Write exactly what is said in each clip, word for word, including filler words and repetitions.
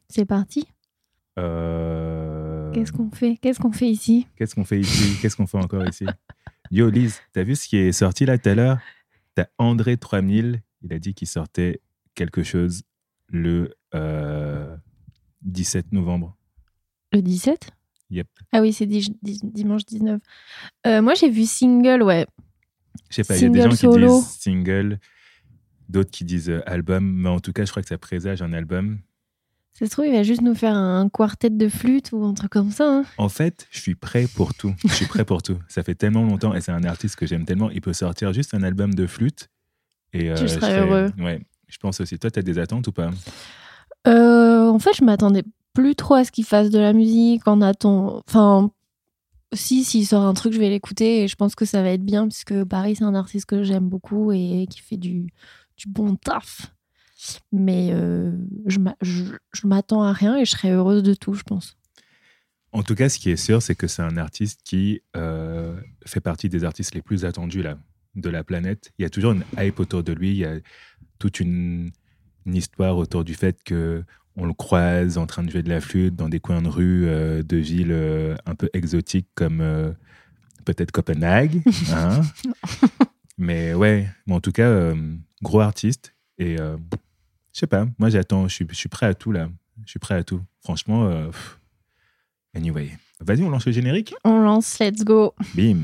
C'est parti. Euh... Qu'est-ce qu'on fait Qu'est-ce qu'on fait ici Qu'est-ce qu'on fait ici Qu'est-ce qu'on fait encore ici? Yo, Lise, t'as vu ce qui est sorti là tout à l'heure? T'as André trois mille, il a dit qu'il sortait quelque chose le euh, dix-sept novembre. Le dix-sept? Yep. Ah oui, c'est di- di- dimanche dix-neuf. Euh, moi, j'ai vu single, ouais. Je sais pas, il y a des Single gens solo. qui disent single, d'autres qui disent euh, album, mais en tout cas, je crois que ça présage un album. Ça se trouve, il va juste nous faire un quartet de flûte ou un truc comme ça. Hein. En fait, je suis prêt pour tout. Je suis prêt pour tout. Ça fait tellement longtemps et c'est un artiste que j'aime tellement. Il peut sortir juste un album de flûte. Et, euh, Tu serais je heureux. Ouais, je pense aussi. Toi, t'as des attentes ou pas? Euh, en fait, je m'attendais plus trop à ce qu'il fasse de la musique. En attend... Enfin, si, s'il sort un truc, je vais l'écouter et je pense que ça va être bien puisque Paris, c'est un artiste que j'aime beaucoup et qui fait du, du bon taf. Mais euh, je, m'a- je, je m'attends à rien et je serai heureuse de tout, je pense. En tout cas, ce qui est sûr, c'est que c'est un artiste qui euh, fait partie des artistes les plus attendus là, de la planète. Il y a toujours une hype autour de lui. Il y a toute une, une histoire autour du fait qu'on le croise en train de jouer de la flûte dans des coins de rue euh, de villes euh, un peu exotiques comme euh, peut-être Copenhague. Hein. Mais ouais, mais en tout cas, euh, gros artiste. Et euh, je sais pas, moi j'attends, je suis, je suis prêt à tout là. Je suis prêt à tout. Franchement, euh, pff. Anyway. Vas-y, on lance le générique. On lance, let's go. Bim.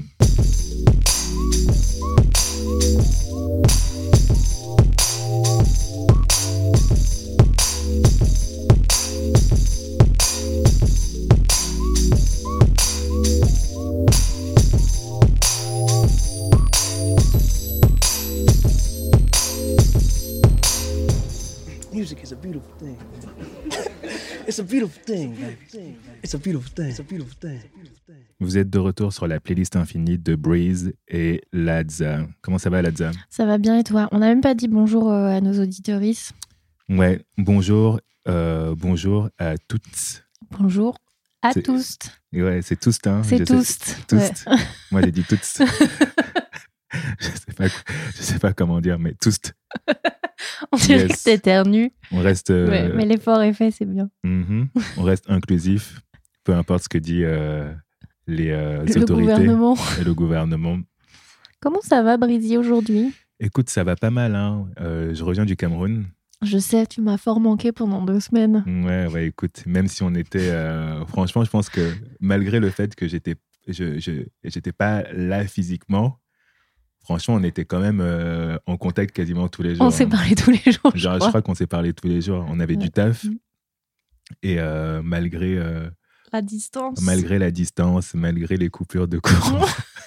Music is a beautiful thing. It's a beautiful thing, baby. It's a beautiful thing. It's a beautiful thing. Vous êtes de retour sur la playlist infinie de Breeze et Ladza. Comment ça va, Ladza? Ça va bien et toi? On n'a même pas dit bonjour euh, à nos auditrices. Ouais, bonjour, euh, bonjour à toutes. Bonjour à C'est- tous. Et ouais, c'est tous, hein. C'est Je tous. sais- tous. Ouais. Moi, j'ai dit toutes. je sais pas, je sais pas comment dire, mais tous. On dirait Yes. que t'éternues. On reste, euh, Ouais, mais l'effort est fait, c'est bien. mhm. On reste inclusif, peu importe ce que dit euh, les euh, Le autorités gouvernement. et le gouvernement. Comment ça va, Brizy, aujourd'hui? Écoute, ça va pas mal, hein. Euh, je reviens du Cameroun. Je sais, tu m'as fort manqué pendant deux semaines. Ouais, ouais, écoute, même si on était... euh, franchement, je pense que malgré le fait que j'étais, je, je, j'étais pas là physiquement, franchement, on était quand même euh, en contact quasiment tous les jours. On s'est hein. parlé tous les jours, je Genre, je crois. crois qu'on s'est parlé tous les jours. On avait Ouais. du taf. Mhm. Et euh, malgré, euh, La distance. malgré la distance, malgré les coupures de courant,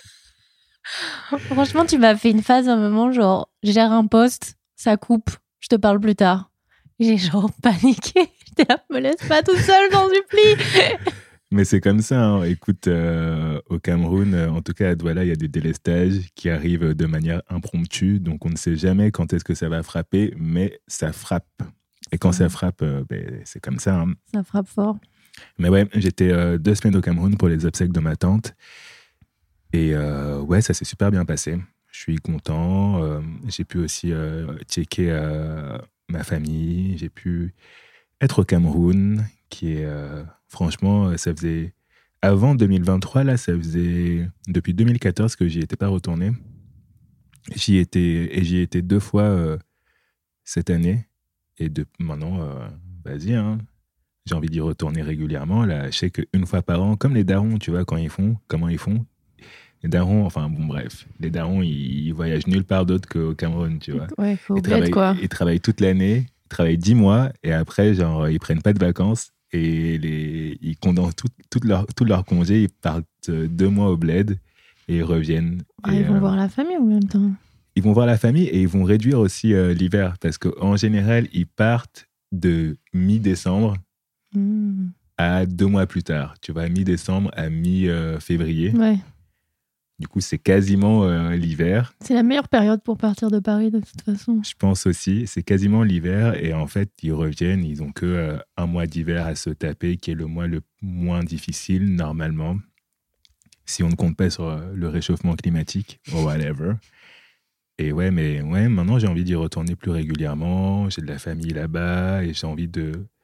Franchement, tu m'as fait une phase à un moment, genre, je gère un poste, ça coupe, je te parle plus tard. J'ai genre paniqué. J'étais là, me laisse pas tout seul, j'en supplie. mais c'est comme ça. hein. Écoute, euh, au Cameroun, euh, en tout cas à Douala, il y a des délestages qui arrivent de manière impromptue. Donc, on ne sait jamais quand est-ce que ça va frapper, mais ça frappe. Et quand ça frappe, euh, ben, c'est comme ça. hein. Ça frappe fort. Mais ouais, j'étais euh, deux semaines au Cameroun pour les obsèques de ma tante. Et euh, ouais, ça s'est super bien passé. Je suis content. Euh, j'ai pu aussi euh, checker euh, ma famille. J'ai pu être au Cameroun, qui est... euh, franchement, ça faisait... Avant deux mille vingt-trois, là, ça faisait depuis deux mille quatorze que j'y étais pas retourné. J'y étais, et j'y étais deux fois euh, cette année. Et de, maintenant, euh, vas-y, hein. J'ai envie d'y retourner régulièrement. Là, je sais qu'une fois par an, comme les darons, tu vois, quand ils font, comment ils font. Les darons, enfin bon, bref, les darons, ils, ils voyagent nulle part d'autre qu'au Cameroun, tu vois. Ouais, faut Ils oublier travaillent, quoi. ils travaillent toute l'année, ils travaillent dix mois, et après, genre, ils prennent pas de vacances, et les, ils condensent tout, tout, leur, tout leur congé, ils partent euh, deux mois au bled, et ils reviennent. Ah, et, ils vont euh, voir la famille en même temps. ils vont voir la famille, et ils vont réduire aussi euh, l'hiver, parce qu'en général, ils partent de mi-décembre Mmh. à deux mois plus tard. Tu vois, mi-décembre à mi-février. Ouais. Du coup, c'est quasiment euh, l'hiver. C'est la meilleure période pour partir de Paris, de toute façon. Je pense aussi, c'est quasiment l'hiver. Et en fait, ils reviennent, ils n'ont que euh, un mois d'hiver à se taper, qui est le mois le moins difficile, normalement. Si on ne compte pas sur euh, le réchauffement climatique, ou whatever. Et ouais, mais ouais, maintenant, j'ai envie d'y retourner plus régulièrement. J'ai de la famille là-bas et j'ai envie de,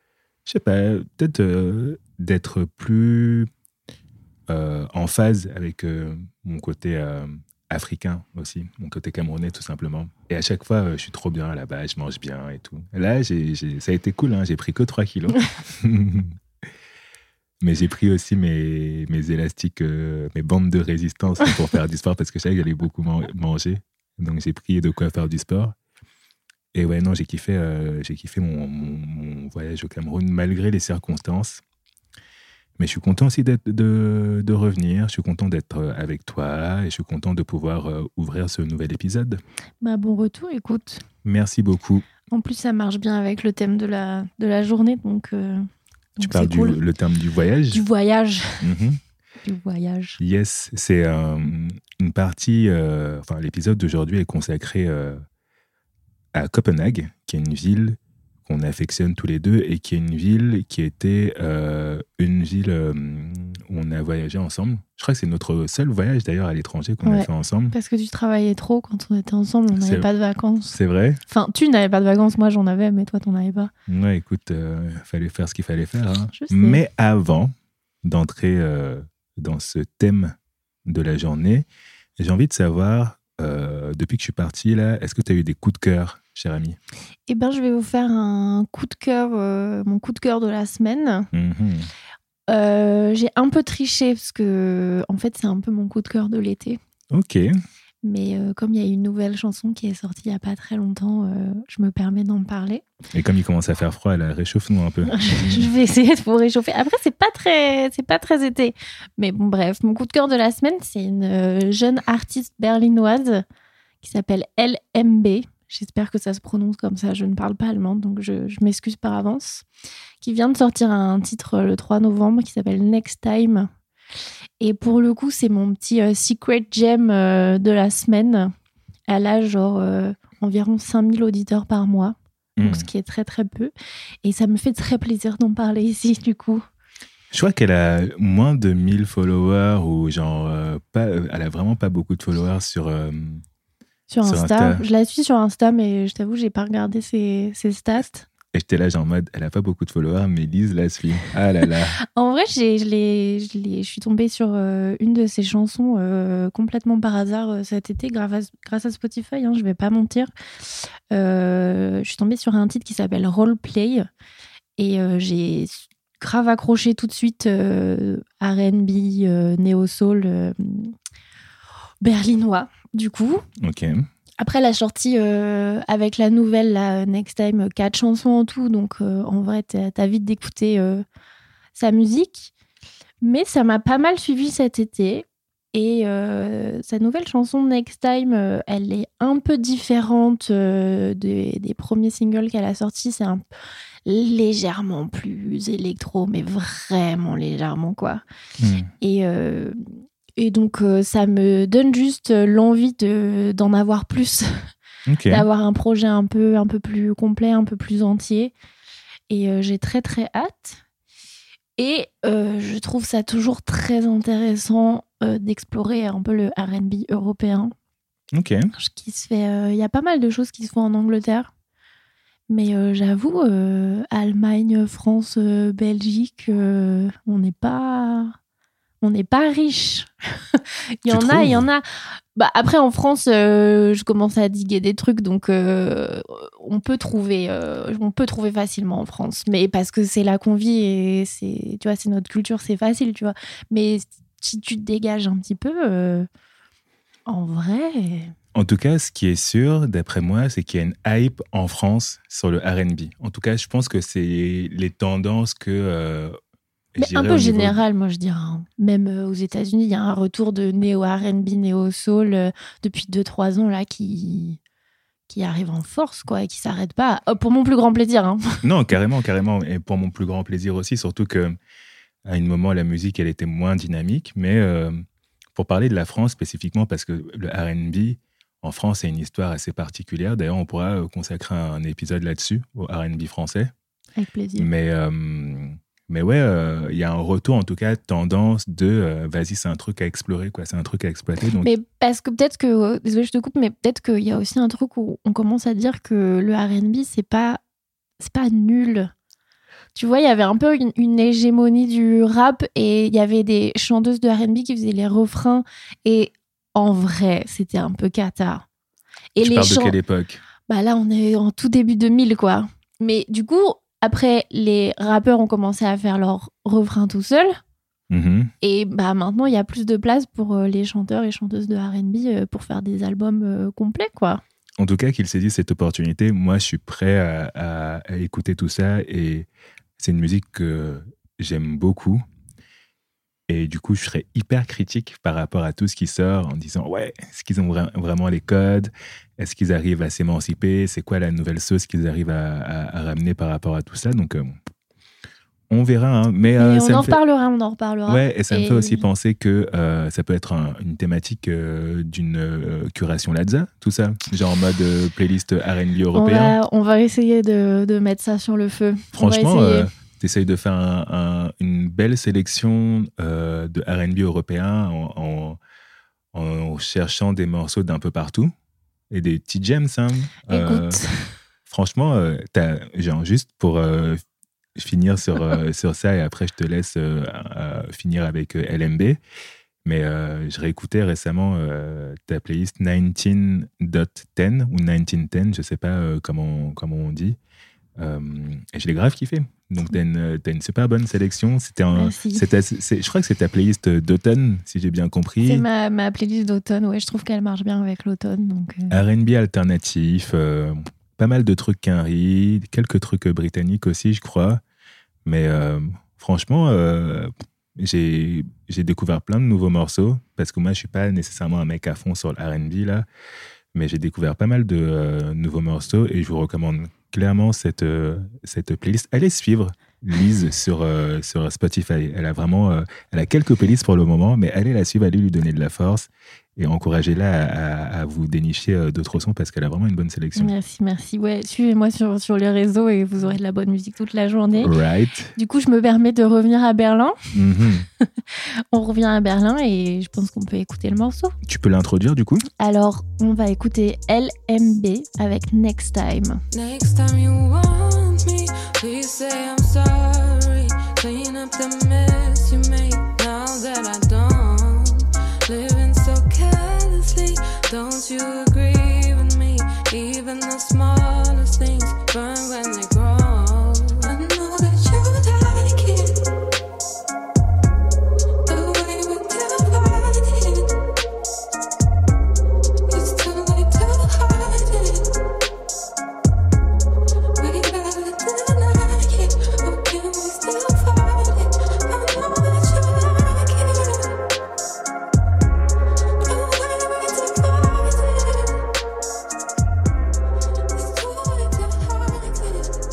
je sais pas, peut-être euh, d'être plus euh, en phase avec euh, mon côté euh, africain aussi, mon côté camerounais tout simplement. Et à chaque fois, euh, je suis trop bien là-bas, je mange bien et tout. Là, j'ai, j'ai, ça a été cool, hein, j'ai pris que trois kilos. Mais j'ai pris aussi mes, mes élastiques, euh, mes bandes de résistance pour faire du sport parce que je savais que j'allais beaucoup man- manger. Donc j'ai pris de quoi faire du sport. Et ouais, non, j'ai kiffé, euh, j'ai kiffé mon, mon, mon voyage au Cameroun malgré les circonstances. Mais je suis content aussi d'être, de, de revenir. Je suis content d'être avec toi et je suis content de pouvoir euh, ouvrir ce nouvel épisode. Bah, bon retour, écoute. Merci beaucoup. En plus, ça marche bien avec le thème de la, de la journée, donc, euh, Tu donc parles c'est du cool. le terme du voyage. Du voyage. Mhm. Du voyage. Yes, c'est euh, une partie. Euh, enfin, l'épisode d'aujourd'hui est consacré euh, à Copenhague, qui est une ville qu'on affectionne tous les deux et qui est une ville qui était euh, une ville euh, où on a voyagé ensemble. Je crois que c'est notre seul voyage d'ailleurs à l'étranger qu'on Ouais. a fait ensemble. Parce que tu travaillais trop quand on était ensemble, on n'avait C'est- pas de vacances. C'est vrai? Enfin, tu n'avais pas de vacances, moi j'en avais, mais toi t'en avais pas. Ouais, écoute, il euh, fallait faire ce qu'il fallait faire. Hein. Je sais. Mais avant d'entrer euh, dans ce thème de la journée, j'ai envie de savoir, euh, depuis que je suis parti là, est-ce que tu as eu des coups de cœur, cher ami? Eh ben, je vais vous faire un coup de cœur, euh, mon coup de cœur de la semaine. Mhm. Euh, j'ai un peu triché parce que, en fait, c'est un peu mon coup de cœur de l'été. Ok. Mais euh, comme il y a une nouvelle chanson qui est sortie il n'y a pas très longtemps, euh, je me permets d'en parler. Et comme il commence à faire froid, là, réchauffe-nous un peu. Je vais essayer de vous réchauffer. Après, c'est pas très, c'est pas très été. Mais bon, bref, mon coup de cœur de la semaine, c'est une euh, jeune artiste berlinoise qui s'appelle L M B. J'espère que ça se prononce comme ça. Je ne parle pas allemand, donc je, je m'excuse par avance. Qui vient de sortir un titre le trois novembre qui s'appelle Next Time. Et pour le coup, c'est mon petit euh, secret gem euh, de la semaine. Elle a genre euh, environ cinq mille auditeurs par mois. Donc, Mm. ce qui est très très peu. Et ça me fait très plaisir d'en parler ici, du coup. Je crois qu'elle a moins de mille followers ou genre, euh, pas, elle a vraiment pas beaucoup de followers sur. euh, Sur Sur Insta. Insta. Je la suis sur Insta, mais je t'avoue, j'ai pas regardé ses, ses stats. Et j'étais là, genre en mode, elle a pas beaucoup de followers, mais Lise la suit. Ah là là. En vrai, j'ai, je, l'ai, je, l'ai, je suis tombée sur euh, une de ses chansons euh, complètement par hasard euh, cet été, grâce à, grâce à Spotify, hein, je vais pas mentir. Euh, je suis tombée sur un titre qui s'appelle Roleplay et euh, j'ai grave accroché tout de suite euh, R and B, euh, néo-soul, euh, berlinois, du coup. Ok. Après, elle a sorti euh, avec la nouvelle, la Next Time, euh, quatre chansons en tout. Donc, euh, en vrai, t'as, t'as vite d'écouter euh, sa musique. Mais ça m'a pas mal suivi cet été. Et euh, sa nouvelle chanson, Next Time, euh, elle est un peu différente euh, des, des premiers singles qu'elle a sortis. C'est un, légèrement plus électro, mais vraiment légèrement, quoi. Mm. Et... Euh, Et donc, euh, ça me donne juste l'envie de, d'en avoir plus, Ok. d'avoir un projet un peu, un peu plus complet, un peu plus entier. Et euh, j'ai très, très hâte. Et euh, je trouve ça toujours très intéressant euh, d'explorer un peu le R and B européen. Ok. Qui se fait, euh, y a pas mal de choses qui se font en Angleterre. Mais euh, j'avoue, euh, Allemagne, France, euh, Belgique, euh, on n'est pas... On n'est pas riche. Il y Tu en a, trouves il y en a. Bah, après, en France, euh, je commence à diguer des trucs, donc euh, on peut trouver, euh, on peut trouver facilement en France. Mais parce que c'est là qu'on vit et c'est, tu vois, c'est notre culture, c'est facile, tu vois. Mais si tu te dégages un petit peu, euh, en vrai. En tout cas, ce qui est sûr, d'après moi, c'est qu'il y a une hype en France sur le R and B. En tout cas, je pense que c'est les tendances que... Euh, Mais je un dirais peu au niveau- général, moi je dirais. hein. Même euh, aux États-Unis, il y a un retour de néo-R and B, néo-soul euh, depuis deux trois ans là qui, qui arrive en force, quoi, et qui s'arrête pas. Oh, pour mon plus grand plaisir. Hein. Non, carrément, carrément. Et pour mon plus grand plaisir aussi, surtout que à un moment, la musique, elle était moins dynamique. Mais euh, pour parler de la France spécifiquement, parce que le R and B, en France, c'est une histoire assez particulière. D'ailleurs, on pourra euh, consacrer un épisode là-dessus, au R and B français. Avec plaisir. Mais, euh, mais ouais, il euh, y a un retour, en tout cas, tendance de euh, vas-y, c'est un truc à explorer, quoi. C'est un truc à exploiter. Donc... Mais parce que peut-être que, euh, désolé, je te coupe, mais peut-être qu'il y a aussi un truc où on commence à dire que le R and B, c'est pas, c'est pas nul. tu vois, il y avait un peu une, une hégémonie du rap et il y avait des chanteuses de R and B qui faisaient les refrains. Et en vrai, c'était un peu cata. Et tu les parles chants... de quelle époque? Bah là, on est en tout début deux mille, quoi. Mais du coup, après, les rappeurs ont commencé à faire leurs refrains tout seuls. Mm-hmm. Et bah maintenant, il y a plus de place pour euh, les chanteurs et chanteuses de R and B euh, pour faire des albums euh, complets, quoi. En tout cas, qu'il saisisse cette opportunité, moi, je suis prêt à, à, à écouter tout ça. Et c'est une musique que j'aime beaucoup. Et du coup, je serais hyper critique par rapport à tout ce qui sort en disant « Ouais, est-ce qu'ils ont vra- vraiment les codes? Est-ce qu'ils arrivent à s'émanciper? C'est quoi la nouvelle sauce qu'ils arrivent à, à, à ramener par rapport à tout ça ?» Donc, euh, on verra. Hein. Mais, euh, Mais ça on en me fait... reparlera, on en reparlera. Ouais, et ça et... me fait aussi penser que euh, ça peut être un, une thématique euh, d'une euh, curation Ladza, tout ça. Genre en mode euh, playlist R and B européen. On va, on va essayer de, de mettre ça sur le feu. Franchement, euh, t'essayes de faire un, un, une belle sélection euh, de R and B européen en, en, en cherchant des morceaux d'un peu partout et des petits gems. Hein. Euh, franchement, euh, t'as, genre juste pour euh, finir sur, euh, sur ça et après je te laisse euh, euh, finir avec euh, L M B. Mais euh, je réécoutais récemment euh, ta playlist dix-neuf point dix ou dix-neuf point dix, je sais pas euh, comment, comment on dit. Euh, et je l'ai grave kiffé. Donc, tu as une, t'as une super bonne sélection. C'était un, c'était, c'est, je crois que c'est ta playlist d'automne, si j'ai bien compris. C'est ma, ma playlist d'automne, ouais. Je trouve qu'elle marche bien avec l'automne. Donc, euh... R and B alternatif, euh, pas mal de trucs quinri, quelques trucs britanniques aussi, je crois. Mais euh, franchement, euh, j'ai, j'ai découvert plein de nouveaux morceaux parce que moi, je suis pas nécessairement un mec à fond sur le R and B, là. Mais j'ai découvert pas mal de euh, nouveaux morceaux et je vous recommande clairement cette, euh, cette playlist. Allez suivre Lise sur, euh, sur Spotify. Elle a vraiment euh, elle a quelques playlists pour le moment, mais allez la suivre, allez lui donner de la force et encouragez-la à, à, à vous dénicher euh, d'autres sons parce qu'elle a vraiment une bonne sélection. Merci, merci. Ouais, suivez-moi sur, sur les réseaux et vous aurez de la bonne musique toute la journée. Right. Du coup, je me permets de revenir à Berlin. Mm-hmm. On revient à Berlin et je pense qu'on peut écouter le morceau. Tu peux l'introduire du coup? Alors, on va écouter L M B avec Next Time. Next time you want me, please say I'm sorry. Clean up the mess you made now that I don't. Living so carelessly, don't you agree with me? Even the smallest things burn when they grow. I know that you like it, the way we divided. It's too late to hide it. We gotta deny it, or can we still fight it? I know that you like it, the way we divided. It's too late to hide it.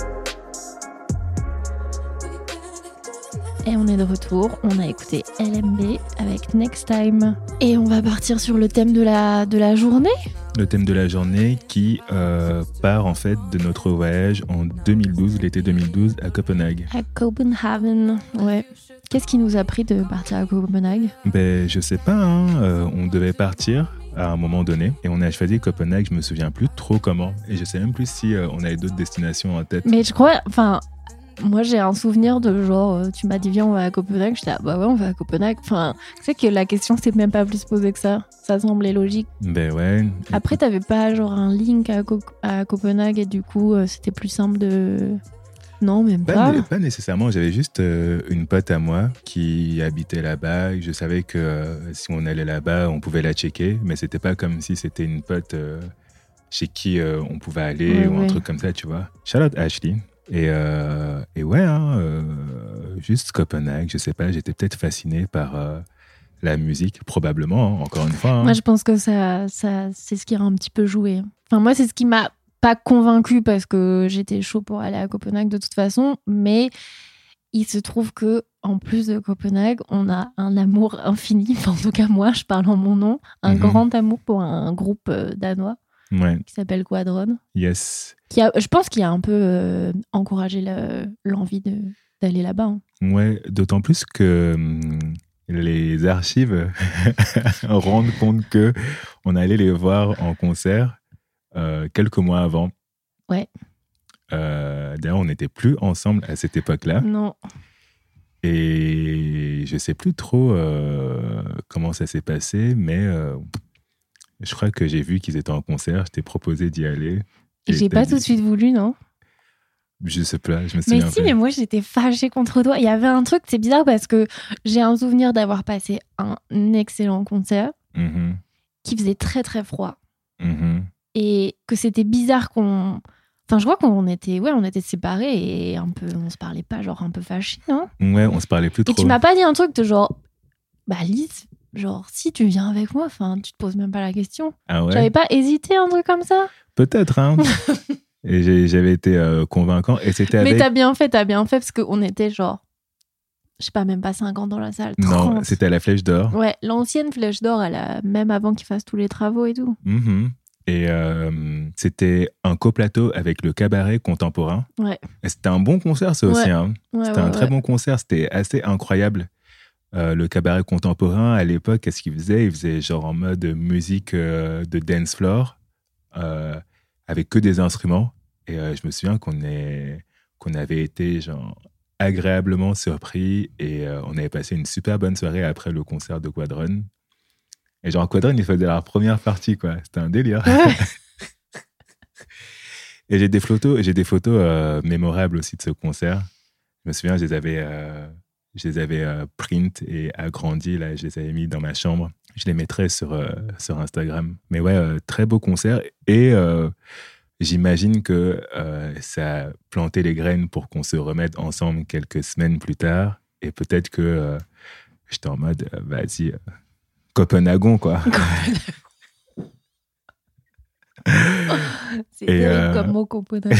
We gotta deny it. Et on est de retour, on a écouté L M B avec Next Time. Et on va partir sur le thème de la, de la journée. Le thème de la journée qui euh, part en fait de notre voyage en deux mille douze, l'été deux mille douze à Copenhague. À Copenhagen, ouais. Qu'est-ce qui nous a pris de partir à Copenhague? Ben, je sais pas, hein. euh, on devait partir à un moment donné et on a choisi Copenhague, je me souviens plus trop comment et je sais même plus si euh, on avait d'autres destinations en tête. Mais je crois, enfin, moi j'ai un souvenir de genre, euh, tu m'as dit viens on va à Copenhague, j'étais ah bah ouais on va à Copenhague. Enfin, tu sais que la question s'est même pas plus posée que ça, ça semblait logique. Ben ouais. Après t'avais pas genre un link à, Co- à Copenhague et du coup euh, c'était plus simple de... Non, même Pas, pas. né- pas nécessairement, j'avais juste euh, une pote à moi qui habitait là-bas. Je savais que euh, si on allait là-bas, on pouvait la checker, mais c'était pas comme si c'était une pote euh, chez qui euh, on pouvait aller Ouais, ou un ouais. truc comme ça, tu vois. Shout out Ashley. Et, euh, et ouais, hein, euh, juste Copenhague, je sais pas, j'étais peut-être fasciné par euh, la musique, probablement, hein, encore une fois. Hein. Moi je pense que ça, ça, c'est ce qui a un petit peu joué. Enfin moi c'est ce qui m'a pas convaincue parce que j'étais chaud pour aller à Copenhague de toute façon, mais il se trouve que en plus de Copenhague, on a un amour infini, enfin, en tout cas moi, je parle en mon nom, un Mhm. grand amour pour un groupe euh, danois Ouais, qui s'appelle Quadron, yes. qui a, je pense qu'il a un peu euh, encouragé le- l'envie de, d'aller là-bas. Hein. Ouais, d'autant plus que hum, les archives rendent compte que on allait les voir en concert euh, quelques mois avant. Ouais. Euh, d'ailleurs, on n'était plus ensemble à cette époque-là. Non. Et je sais plus trop euh, comment ça s'est passé, mais euh, je crois que j'ai vu qu'ils étaient en concert. Je t'ai proposé d'y aller. Et j'ai t'as pas dit- tout de suite voulu, non? Je sais pas, je me Mais souviens si, plus. mais moi j'étais fâchée contre toi. Il y avait un truc, c'est bizarre parce que j'ai un souvenir d'avoir passé un excellent concert Mhm, qui faisait très très froid. mhm. Et que c'était bizarre qu'on. Enfin, je crois qu'on était, ouais, on était séparés et un peu, on se parlait pas, genre un peu fâchés, non? Ouais, on se parlait plus Et trop. tu m'as pas dit un truc de genre, bah Lise, genre si tu viens avec moi, enfin, tu te poses même pas la question. Ah ouais? J'avais pas hésité un truc comme ça. Peut-être, hein. Et j'ai- j'avais été euh, convaincant. Et c'était Mais avec... t'as bien fait, t'as bien fait parce qu'on était genre, je sais pas, même pas cinquante dans la salle. Non, trente. c'était à la Flèche d'Or. Ouais, l'ancienne Flèche d'Or, elle a, même avant qu'ils fassent tous les travaux et tout. Mhm. Et euh, c'était un coplateau avec le cabaret contemporain. Ouais. Et c'était un bon concert, ça aussi. Ouais. Hein. Ouais, C'était ouais, un très ouais. bon concert. C'était assez incroyable. Euh, le cabaret contemporain, à l'époque, qu'est-ce qu'il faisait? Il faisait genre en mode musique euh, de dance floor, euh, avec que des instruments. Et euh, je me souviens qu'on est, qu'on avait été genre agréablement surpris et euh, on avait passé une super bonne soirée après le concert de Quadron. Et genre Quadron, ils faisaient leur première partie, quoi. C'était un délire. Ouais. Et j'ai des photos, j'ai des photos euh, mémorables aussi de ce concert. Je me souviens, je les avais, euh, je les avais euh, print et agrandis, là, je les avais mis dans ma chambre. Je les mettrai sur, euh, sur Instagram. Mais ouais, euh, très beau concert. Et euh, j'imagine que euh, ça a planté les graines pour qu'on se remette ensemble quelques semaines plus tard. Et peut-être que euh, j'étais en mode, euh, vas-y, euh, Copenhagon, quoi. C'est Et, terrible euh, comme mot Copenhague.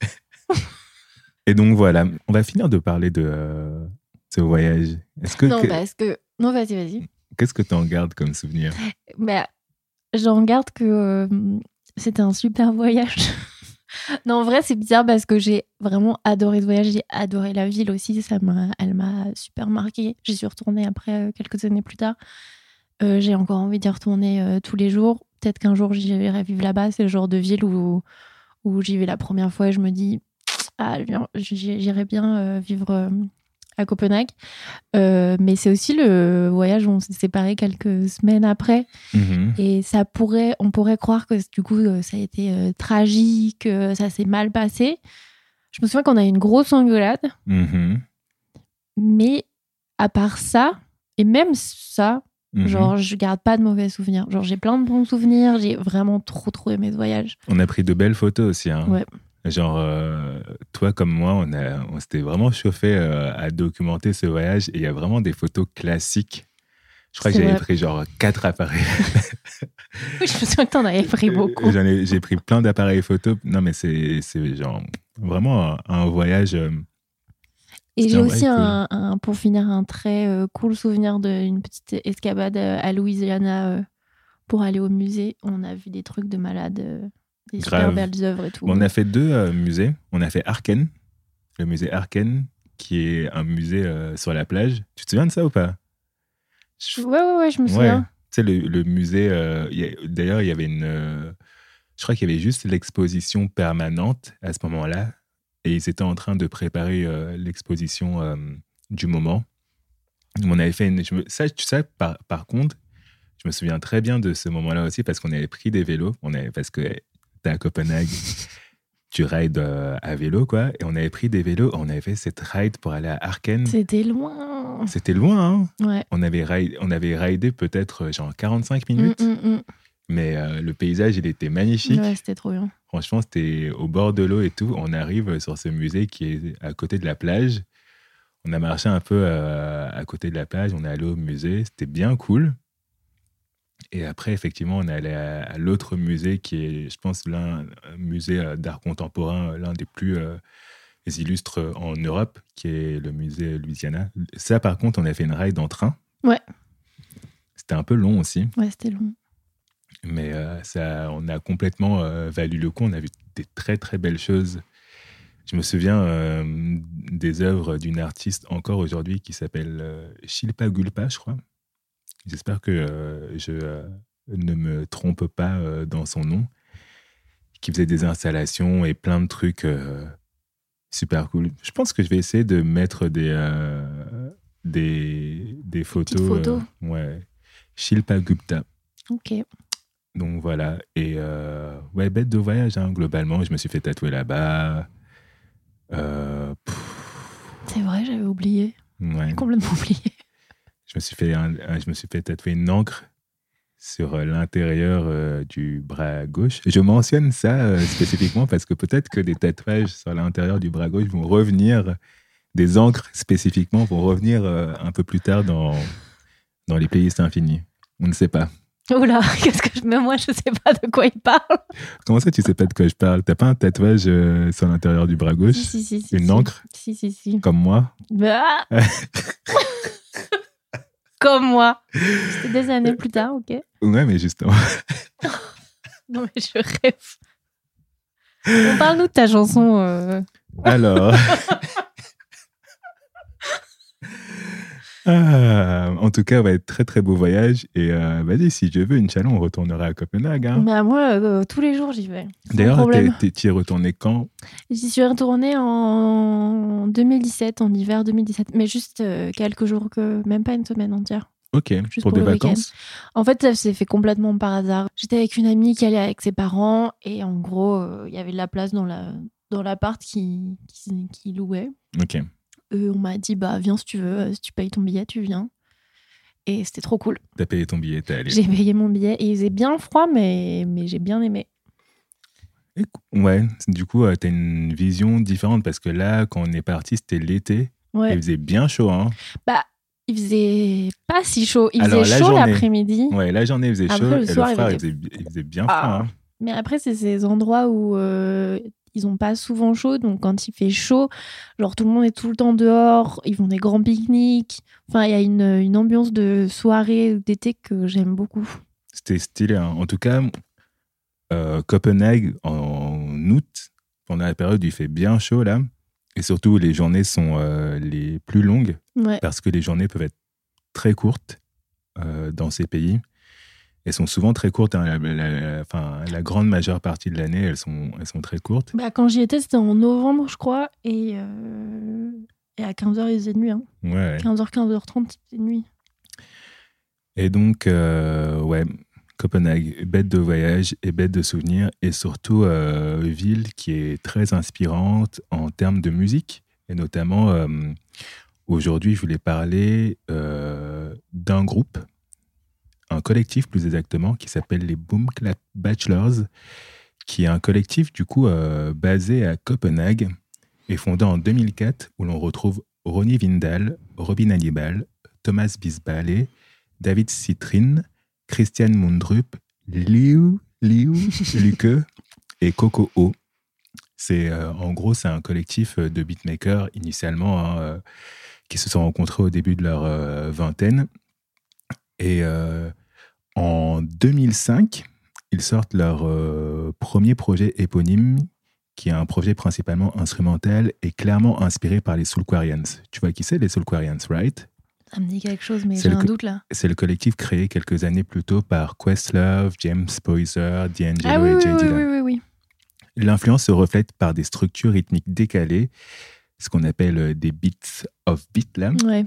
Et donc voilà, on va finir de parler de euh, ce voyage. Est-ce que, Non, que- parce que. Non, vas-y, vas-y. qu'est-ce que tu en gardes comme souvenir? Bah, j'en garde que euh, c'était un super voyage. Non, en vrai, c'est bizarre parce que j'ai vraiment adoré ce voyage. J'ai adoré la ville aussi. Ça m'a, elle m'a super marquée. J'y suis retournée après, euh, quelques années plus tard. Euh, j'ai encore envie d'y retourner euh, tous les jours. Peut-être qu'un jour, j'irai vivre là-bas. C'est le genre de ville où, où j'y vais la première fois et je me dis, ah, bien, j'y- j'irai bien euh, vivre euh, à Copenhague. Euh, mais c'est aussi le voyage où on s'est séparés quelques semaines après. Mhm. Et ça pourrait, on pourrait croire que du coup, euh, ça a été euh, tragique, euh, ça s'est mal passé. Je me souviens qu'on a eu une grosse engueulade, Mhm. mais à part ça, et même ça, Mhm. genre, je garde pas de mauvais souvenirs. Genre, j'ai plein de bons souvenirs, j'ai vraiment trop, trop aimé ce voyage. On a pris de belles photos aussi. Hein. Ouais. Genre, euh, toi comme moi, on, a, on s'était vraiment chauffé euh, à documenter ce voyage. Et il y a vraiment des photos classiques. Je crois que C'est j'avais vrai. pris genre quatre appareils. Oui, je me souviens que t'en avais pris beaucoup. J'en ai, j'ai pris plein d'appareils photos. Non, mais c'est, c'est genre vraiment un, un voyage. euh, Et C'était j'ai un aussi, vrai un, un- pour finir, un très euh, cool souvenir d'une petite escapade euh, à Louisiana euh, pour aller au musée. On a vu des trucs de malades, euh, des super Grave. belles œuvres et tout. Bon, on a fait deux euh, musées. On a fait Arken, le musée Arken, qui est un musée euh, sur la plage. Tu te souviens de ça ou pas? Je- Ouais, ouais, ouais, je me Ouais. souviens. Tu sais, le, le musée, euh, il y a- d'ailleurs, il y avait une. euh, je crois qu'il y avait juste l'exposition permanente à ce moment-là. Et ils étaient en train de préparer euh, l'exposition euh, du moment. On avait fait une. Je me, ça, tu sais, par, par contre, je me souviens très bien de ce moment-là aussi parce qu'on avait pris des vélos. On avait, parce que t'es à Copenhague, tu rides euh, à vélo, quoi. Et on avait pris des vélos. On avait fait cette ride pour aller à Arken. C'était loin. C'était loin, hein. Ouais. On avait, ride, on avait ridé peut-être euh, genre quarante-cinq minutes. Mm, mm, Mais euh, le paysage, il était mm. magnifique. Ouais, c'était trop bien. Franchement, c'était au bord de l'eau et tout. On arrive sur ce musée qui est à côté de la plage. On a marché un peu euh, à côté de la plage. On est allé au musée. C'était bien cool. Et après, effectivement, on est allé à, à l'autre musée qui est, je pense, l'un un musée euh, d'art contemporain, l'un des plus euh, illustres en Europe, qui est le musée Louisiana. Ça, par contre, on a fait une ride en train. Ouais. C'était un peu long aussi. Ouais, c'était long. Mais euh, ça, on a complètement euh, valu le coup. On a vu des très, très belles choses. Je me souviens euh, des œuvres d'une artiste encore aujourd'hui qui s'appelle euh, Shilpa Gulpa, je crois. J'espère que euh, je euh, ne me trompe pas euh, dans son nom. Qui faisait des installations et plein de trucs euh, Super cool. Je pense que je vais essayer de mettre des, euh, des, des photos. petites photos. euh, ouais. Shilpa Gupta. Ok. Donc voilà. Et euh, ouais, bête de voyage, hein, globalement. Je me suis fait tatouer là-bas. Euh, pff, C'est vrai, j'avais oublié. ouais. Complètement oublié. Je me suis fait, un- un- je me suis fait tatouer une encre sur euh, l'intérieur euh, du bras gauche. Je mentionne ça euh, spécifiquement parce que peut-être que des tatouages sur l'intérieur du bras gauche vont revenir, des encres spécifiquement vont revenir euh, un peu plus tard dans, dans les playlists infinies. On ne sait pas. Oula, qu'est-ce que je... Même moi, je sais pas de quoi il parle. Comment ça, tu sais pas de quoi je parle? T'as pas un tatouage euh, sur l'intérieur du bras gauche? Si, si, si, si, Une si. encre? Si, si, si. Comme moi? Bah Comme moi. C'était des années plus tard, ok. Ouais, mais justement. Non, mais je rêve. On parle-nous de ta chanson. euh. Alors. Ah, en tout cas, ouais, très très beau voyage. Et euh, vas-y, si je veux, Inch'Allah, on retournera à Copenhague. Hein. Bah, moi, euh, tous les jours, j'y vais. Sans D'ailleurs, problème. t'es- t'es- t'y es retourné quand? J'y suis retournée en deux mille dix-sept, en hiver deux mille dix-sept. Mais juste euh, quelques jours, que même pas une semaine entière. Ok, Juste pour pour des le week-end. vacances. En fait, ça s'est fait complètement par hasard. J'étais avec une amie qui allait avec ses parents. Et en gros, euh, il y avait de la place dans la dans l'appart qui, qui, qui louait. Ok. Euh, on m'a dit, bah viens si tu veux, euh, si tu payes ton billet, tu viens. Et c'était trop cool. T'as payé ton billet, t'es allé. J'ai payé mon billet et il faisait bien froid, mais, mais j'ai bien aimé. Et- Ouais, du coup, euh, t'as une vision différente parce que là, quand on est parti, c'était l'été. Ouais. Il faisait bien chaud, hein. Bah, il faisait pas si chaud. Il Alors, faisait la chaud journée. l'après-midi. Ouais, la journée, il faisait Après, chaud. le et soir, le il soir, il faisait- faisait, il faisait bien Ah. froid. Hein. Mais après, c'est ces endroits où euh, ils ont pas souvent chaud. Donc, quand il fait chaud, genre tout le monde est tout le temps dehors. Ils font des grands pique-niques. Enfin, il y a une, une ambiance de soirée d'été que j'aime beaucoup. C'était stylé. Hein. En tout cas, euh, Copenhague, en août, pendant la période où il fait bien chaud, là, et surtout les journées sont euh, les plus longues, Ouais. parce que les journées peuvent être très courtes euh, dans ces pays. Elles sont souvent très courtes. Hein. La, la- la- enfin, la grande majeure partie de l'année, elles sont, elles sont très courtes. Bah, quand j'y étais, c'était en novembre, je crois. Et, euh, et à quinze heures, il faisait nuit. Hein. Ouais, ouais. quinze heures, quinze heures trente, il faisait nuit. Et donc, euh, ouais, Copenhague, bête de voyage et bête de souvenirs, et surtout euh, ville qui est très inspirante en termes de musique. Et notamment, euh, aujourd'hui, je voulais parler euh, d'un groupe, un collectif plus exactement, qui s'appelle les Boom Clap Bachelors, qui est un collectif du coup euh, basé à Copenhague et fondé en deux mille quatre, où l'on retrouve Ronnie Vindal, Robin Hannibal, Thomas Bisbal, David Citrin, Christian Mundrup, Liu, Liu, Luke et Coco O. C'est, euh, en gros, c'est un collectif de beatmakers initialement hein, euh, qui se sont rencontrés au début de leur euh, vingtaine. Et euh, en deux mille cinq, ils sortent leur euh, premier projet éponyme, qui est un projet principalement instrumental et clairement inspiré par les Soulquarians. Tu vois qui c'est, les Soulquarians, right? Ça me dit quelque chose, mais C'est j'ai le un co- doute là. C'est le collectif créé quelques années plus tôt par Questlove, James Poyser, D'Angelo Ah oui, et oui, Jay oui, Dilla. oui, oui, oui. L'influence se reflète par des structures rythmiques décalées, ce qu'on appelle euh, des beats of beat, là, Ouais.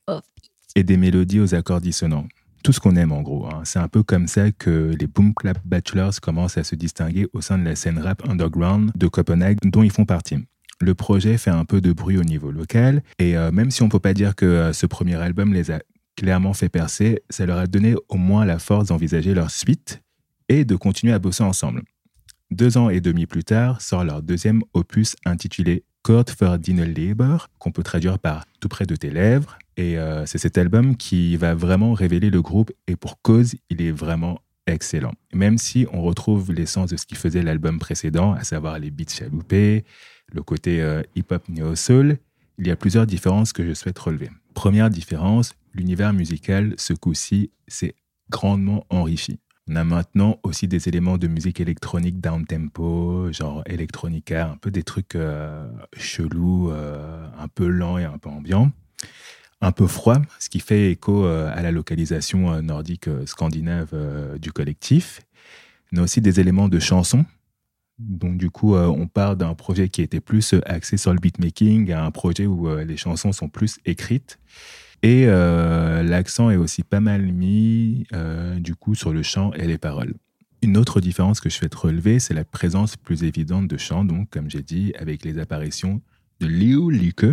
et des mélodies aux accords dissonants. Tout ce qu'on aime en gros. Hein. C'est un peu comme ça que les Boom Clap Bachelors commencent à se distinguer au sein de la scène rap underground de Copenhague, dont ils font partie. Le projet fait un peu de bruit au niveau local, et euh, même si on ne peut pas dire que euh, ce premier album les a clairement fait percer, ça leur a donné au moins la force d'envisager leur suite et de continuer à bosser ensemble. Deux ans et demi plus tard, sort leur deuxième opus intitulé Kort for Dine Leber, qu'on peut traduire par Tout près de tes lèvres. Et euh, c'est cet album qui va vraiment révéler le groupe, et pour cause, il est vraiment excellent. Même si on retrouve l'essence de ce qui faisait l'album précédent, à savoir les beats chaloupés, le côté euh, hip-hop néo-soul, il y a plusieurs différences que je souhaite relever. Première différence, l'univers musical, ce coup-ci, s'est grandement enrichi. On a maintenant aussi des éléments de musique électronique down-tempo, genre electronica, un peu des trucs euh, chelous, euh, un peu lents et un peu ambiants. Un peu froid, ce qui fait écho euh, à la localisation euh, nordique euh, scandinave euh, du collectif. On a aussi des éléments de chansons, Donc, du coup, euh, on part d'un projet qui était plus axé sur le beatmaking à un projet où euh, les chansons sont plus écrites. Et euh, l'accent est aussi pas mal mis, euh, du coup, sur le chant et les paroles. Une autre différence que je souhaite relever, c'est la présence plus évidente de chant, donc, comme j'ai dit, avec les apparitions de Liu Like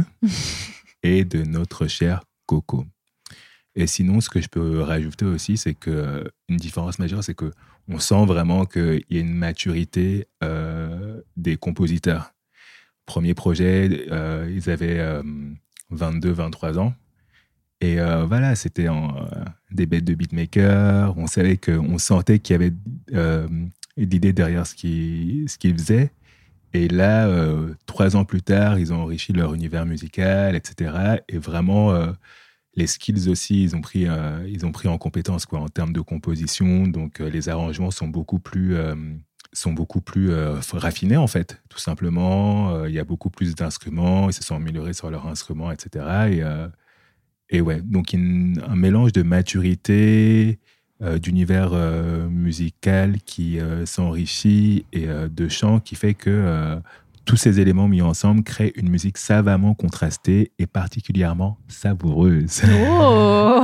et de notre cher Coco. Et sinon, ce que je peux rajouter aussi, c'est qu'une différence majeure, c'est qu'on sent vraiment qu'il y a une maturité euh, des compositeurs. Premier projet, euh, ils avaient euh, vingt-deux vingt-trois ans. Et euh, voilà, c'était en, euh, des bêtes de beatmakers. On savait qu'on sentait qu'il y avait euh, l'idée derrière ce qu'ils, ce qu'ils faisaient. Et là, euh, trois ans plus tard, ils ont enrichi leur univers musical, et cetera. Et vraiment, euh, les skills aussi, ils ont pris, euh, ils ont pris en compétence quoi, en termes de composition. Donc, euh, les arrangements sont beaucoup plus, euh, sont beaucoup plus euh, raffinés, en fait, tout simplement. Euh, il y a beaucoup plus d'instruments. Ils se sont améliorés sur leurs instruments, et cetera. Et, euh, et ouais, donc une, un mélange de maturité, euh, d'univers euh, musical qui euh, s'enrichit et euh, de chant qui fait que euh, tous ces éléments mis ensemble créent une musique savamment contrastée et particulièrement savoureuse. Oh.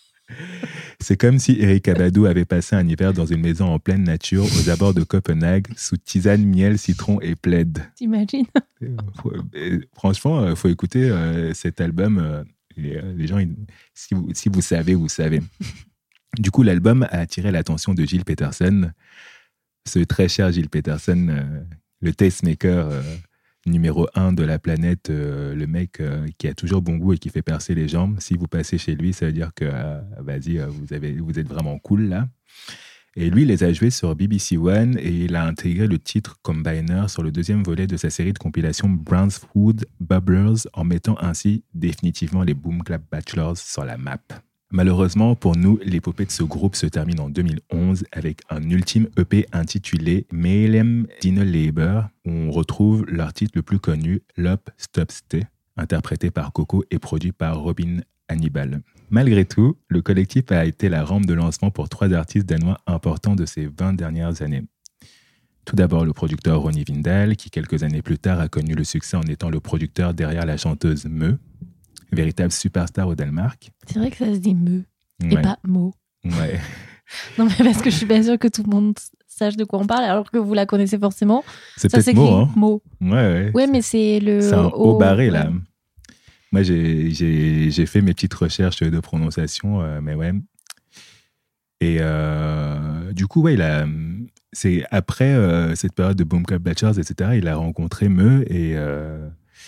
C'est comme si Eric Abadou avait passé un hiver dans une maison en pleine nature aux abords de Copenhague sous tisane, miel, citron et plaid. T'imagines? Franchement, il faut écouter euh, cet album. Euh, les, les gens, ils, si, vous, si vous savez, vous savez. Du coup, l'album a attiré l'attention de Gilles Peterson, ce très cher Gilles Peterson, euh, le tastemaker euh, numéro un de la planète, euh, le mec euh, qui a toujours bon goût et qui fait percer les jambes. Si vous passez chez lui, ça veut dire que, euh, vas-y, euh, vous, avez, vous êtes vraiment cool là. Et lui, il les a joués sur B B C One et il a intégré le titre Combiner sur le deuxième volet de sa série de compilation Brownswood Bubblers en mettant ainsi définitivement les Boom Clap Bachelors sur la map. Malheureusement, pour nous, l'épopée de ce groupe se termine en deux mille onze avec un ultime E P intitulé Mayhem Dinner Labor, où on retrouve leur titre le plus connu, Lop Stop Stay, interprété par Coco et produit par Robin Hannibal. Malgré tout, le collectif a été la rampe de lancement pour trois artistes danois importants de ces vingt dernières années. Tout d'abord, le producteur Ronny Vindal, qui quelques années plus tard a connu le succès en étant le producteur derrière la chanteuse Mø, véritable superstar au Danemark. C'est vrai que ça se dit me et Ouais. pas mo. Ouais. Non, mais parce que je suis pas sûre que tout le monde sache de quoi on parle, alors que vous la connaissez forcément. C'est Ça peut-être s'écrit mot, hein. mo. Ouais, ouais. Ouais, mais c'est le. C'est un haut barré, là. ouais. Moi, j'ai, j'ai, j'ai fait mes petites recherches de prononciation, euh, mais ouais. Et euh, du coup, ouais, il a, c'est après euh, cette période de Boom Clap Bachelors, et cetera, il a rencontré Mø et, euh,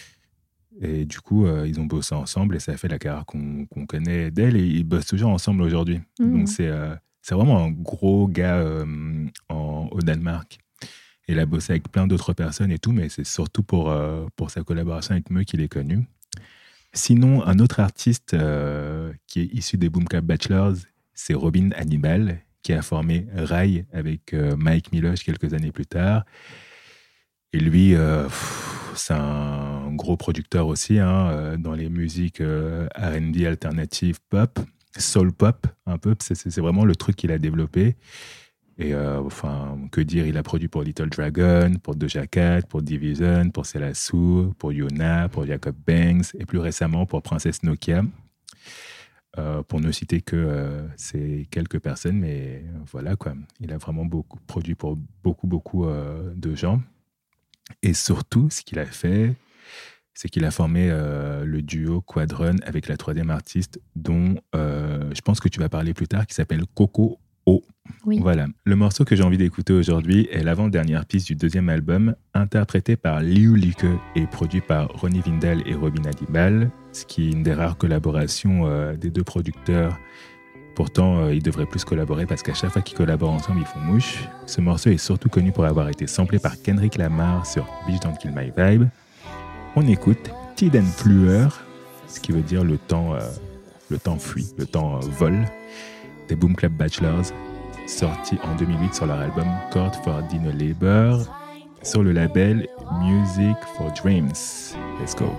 et du coup, euh, ils ont bossé ensemble et ça a fait la carrière qu'on, qu'on connaît d'elle et ils bossent toujours ensemble aujourd'hui. Mmh. Donc, c'est, euh, c'est vraiment un gros gars euh, en, au Danemark. Il a bossé avec plein d'autres personnes et tout, mais c'est surtout pour, euh, pour sa collaboration avec Mø qu'il est connu. Sinon, un autre artiste euh, qui est issu des Boom Clap Bachelors, c'est Robin Hannibal, qui a formé Rai avec euh, Mike Miloche quelques années plus tard. Et lui, euh, pff, c'est un gros producteur aussi hein, euh, dans les musiques euh, R and B alternative pop, soul pop un peu. C'est, c'est vraiment le truc qu'il a développé. Et euh, enfin, que dire, il a produit pour Little Dragon, pour Doja Cat, pour Division, pour Selassou, pour Yona, pour Jacob Banks et plus récemment pour Princess Nokia. Euh, pour ne citer que euh, ces quelques personnes, mais voilà quoi. Il a vraiment beaucoup produit pour beaucoup, beaucoup euh, de gens. Et surtout, ce qu'il a fait, c'est qu'il a formé euh, le duo Quadron avec la troisième artiste dont euh, je pense que tu vas parler plus tard, qui s'appelle Coco O. Oui. Voilà. Le morceau que j'ai envie d'écouter aujourd'hui est l'avant-dernière piste du deuxième album, interprété par Liu Like et produit par Ronny Vindal et Robin Hannibal, ce qui est une des rares collaborations euh, des deux producteurs. Pourtant, euh, ils devraient plus collaborer parce qu'à chaque fois qu'ils collaborent ensemble, ils font mouche. Ce morceau est surtout connu pour avoir été samplé par Kendrick Lamar sur Bitch Don't Kill My Vibe. On écoute Tiden Fluer, ce qui veut dire le temps, euh, le temps fuit, le temps euh, vole, des Boom Clap Bachelors, sorti en deux mille huit sur leur album Court for Dinner Labor, sur le label Music for Dreams. Let's go.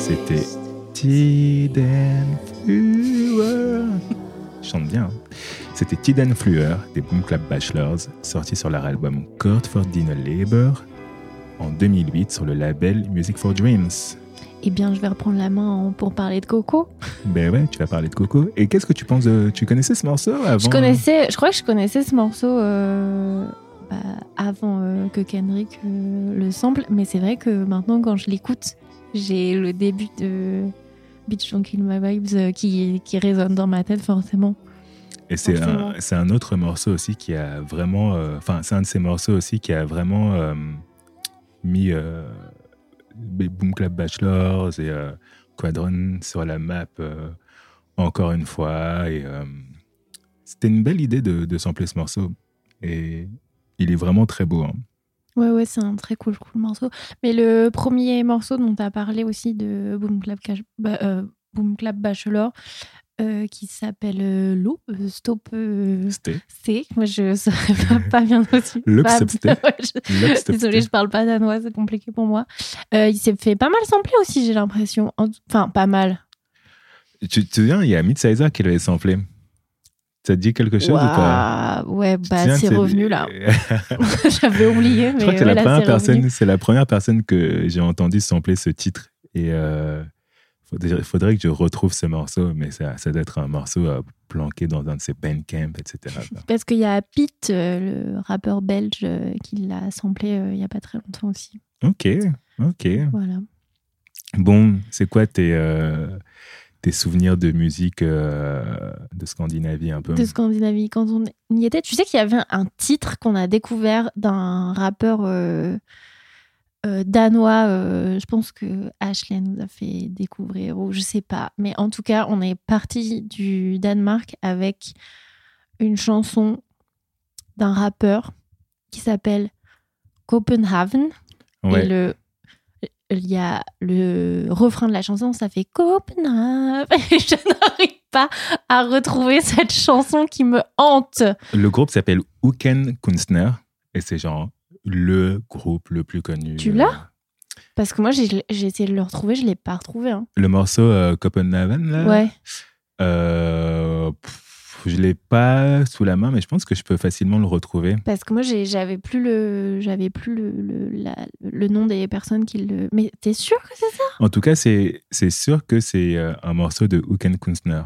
C'était Tiden Fluer. Je chante bien. Hein. C'était Tiden Fluer des Boom Clap Bachelors, sorti sur leur album Court for Dinner Labor en deux mille huit sur le label Music for Dreams. Eh bien, je vais reprendre la main pour parler de Coco. Ben ouais, tu vas parler de Coco. Et qu'est-ce que tu penses de... Tu connaissais ce morceau avant? Je connaissais, je crois que je connaissais ce morceau euh, bah, avant euh, que Kendrick euh, le sample, mais c'est vrai que maintenant, quand je l'écoute, j'ai le début de Bitch Don't Kill My Vibes euh, qui, qui résonne dans ma tête forcément. Et c'est forcément. un, c'est un autre morceau aussi qui a vraiment... Enfin, euh, c'est un de ces morceaux aussi qui a vraiment euh, mis... Euh, Boom Clap Bachelors et euh, Quadron sur la map euh, encore une fois. Et, euh, c'était une belle idée de, de sampler ce morceau. Et il est vraiment très beau. Hein. Ouais, ouais, c'est un très cool, cool morceau. Mais le premier morceau dont tu as parlé aussi de Boom Clap, Cash, bah, euh, Boom Clap Bachelor, euh, qui s'appelle euh, L'eau, euh, Stop euh, C. Moi, je ne saurais pas, pas bien aussi. L'Upstep. Ouais, je... Désolée, je ne parle pas danois, c'est compliqué pour moi. Euh, il s'est fait pas mal sampler aussi, j'ai l'impression. Enfin, pas mal. Tu te souviens, il y a Midsizer qui l'avait samplé. Ça te dit quelque chose wow. ou pas? Ouais, bah c'est revenu là. J'avais oublié, mais je crois que c'est, ouais, la là, première c'est, personne, c'est la première personne que j'ai entendu sampler ce titre. Et euh, faudrait, faudrait que je retrouve ce morceau, mais ça, ça doit être un morceau euh, planqué dans un de ses bandcamps, et cetera. Parce qu'il y a Pete, euh, le rappeur belge, euh, qui l'a samplé euh, il n'y a pas très longtemps aussi. Ok, ok. Voilà. Bon, c'est quoi tes... Euh, tes souvenirs de musique euh, de Scandinavie un peu? De Scandinavie, quand on y était, tu sais qu'il y avait un titre qu'on a découvert d'un rappeur euh, euh, danois, euh, je pense que Ashley nous a fait découvrir, ou je sais pas, mais en tout cas, on est parti du Danemark avec une chanson d'un rappeur qui s'appelle Copenhagen. Ouais. Et le il y a le refrain de la chanson, ça fait Copenhagen. Je n'arrive pas à retrouver cette chanson qui me hante. Le groupe s'appelle Uken Kunstner et c'est genre le groupe le plus connu. Tu l'as? Parce que moi, j'ai, j'ai essayé de le retrouver, je ne l'ai pas retrouvé. Hein. Le morceau euh, Copenhagen, là? Ouais. Euh, pff, je ne l'ai pas sous la main, mais je pense que je peux facilement le retrouver. Parce que moi, j'ai, j'avais plus, le, j'avais plus le, le, la, le nom des personnes qui le... Mais t'es sûr que c'est ça? En tout cas, c'est, c'est sûr que c'est euh, un morceau de Uken Kunstner.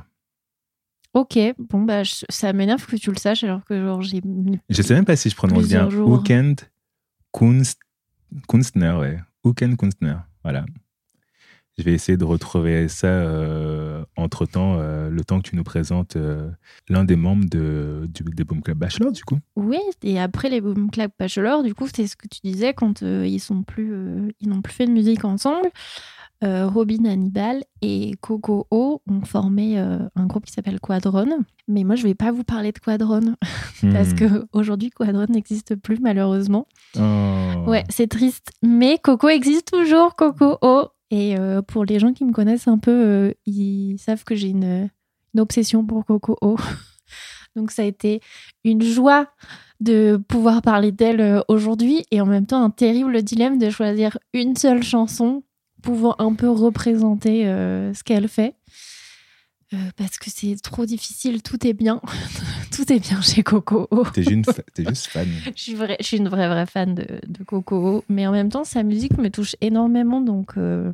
Ok, bon, bah, je, ça m'énerve que tu le saches alors que genre, j'ai mis... Je ne sais même pas si je prononce bien. Uken Kunst, Kunstner, ouais. Uken Kunstner, voilà. Je vais essayer de retrouver ça euh, entre-temps, euh, le temps que tu nous présentes euh, l'un des membres de, du, des Boom Clap Bachelor, du coup. Oui, et après les Boom Clap Bachelor, du coup, c'est ce que tu disais quand euh, ils sont plus, euh, ils n'ont plus fait de musique ensemble. Euh, Robin Hannibal et Coco O ont formé euh, un groupe qui s'appelle Quadron. Mais moi, je ne vais pas vous parler de Quadron mmh. parce qu'aujourd'hui, Quadron n'existe plus, malheureusement. Oh. Ouais, c'est triste. Mais Coco existe toujours, Coco O. Et euh, pour les gens qui me connaissent un peu, euh, ils savent que j'ai une, une obsession pour Coco O. Donc ça a été une joie de pouvoir parler d'elle euh, aujourd'hui et en même temps un terrible dilemme de choisir une seule chanson pouvant un peu représenter euh, ce qu'elle fait. Euh, parce que c'est trop difficile, tout est bien. Tout est bien chez Coco O. T'es, une fa- t'es juste fan. Je suis, vraie, je suis une vraie, vraie fan de, de Coco O. Mais en même temps, sa musique me touche énormément. Donc, euh...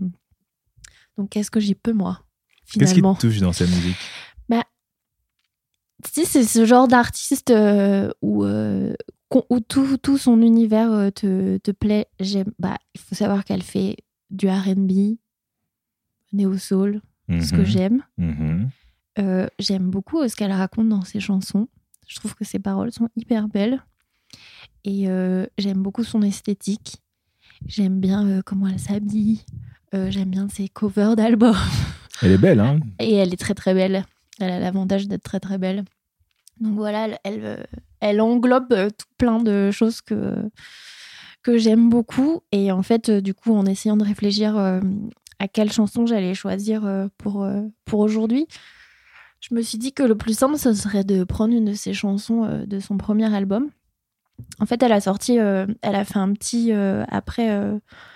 donc qu'est-ce que j'y peux, moi, finalement? Qu'est-ce qui te touche dans sa musique? Bah, tu sais, c'est ce genre d'artiste euh, où, euh, où tout, tout son univers euh, te, te plaît. J'aime, bah, il faut savoir qu'elle fait du R and B, néo-soul, mm-hmm. ce que j'aime. Mm-hmm. Euh, j'aime beaucoup ce qu'elle raconte dans ses chansons. Je trouve que ses paroles sont hyper belles. Et euh, j'aime beaucoup son esthétique. J'aime bien euh, comment elle s'habille. Euh, j'aime bien ses covers d'albums. Elle est belle, hein? Et elle est très très belle. Elle a l'avantage d'être très très belle. Donc voilà, elle, elle, elle englobe tout plein de choses que, que j'aime beaucoup. Et en fait, du coup, en essayant de réfléchir euh, à quelle chanson j'allais choisir euh, pour, euh, pour aujourd'hui, je me suis dit que le plus simple, ce serait de prendre une de ses chansons euh, de son premier album. En fait, elle a sorti, euh, elle a fait un petit, euh, après euh,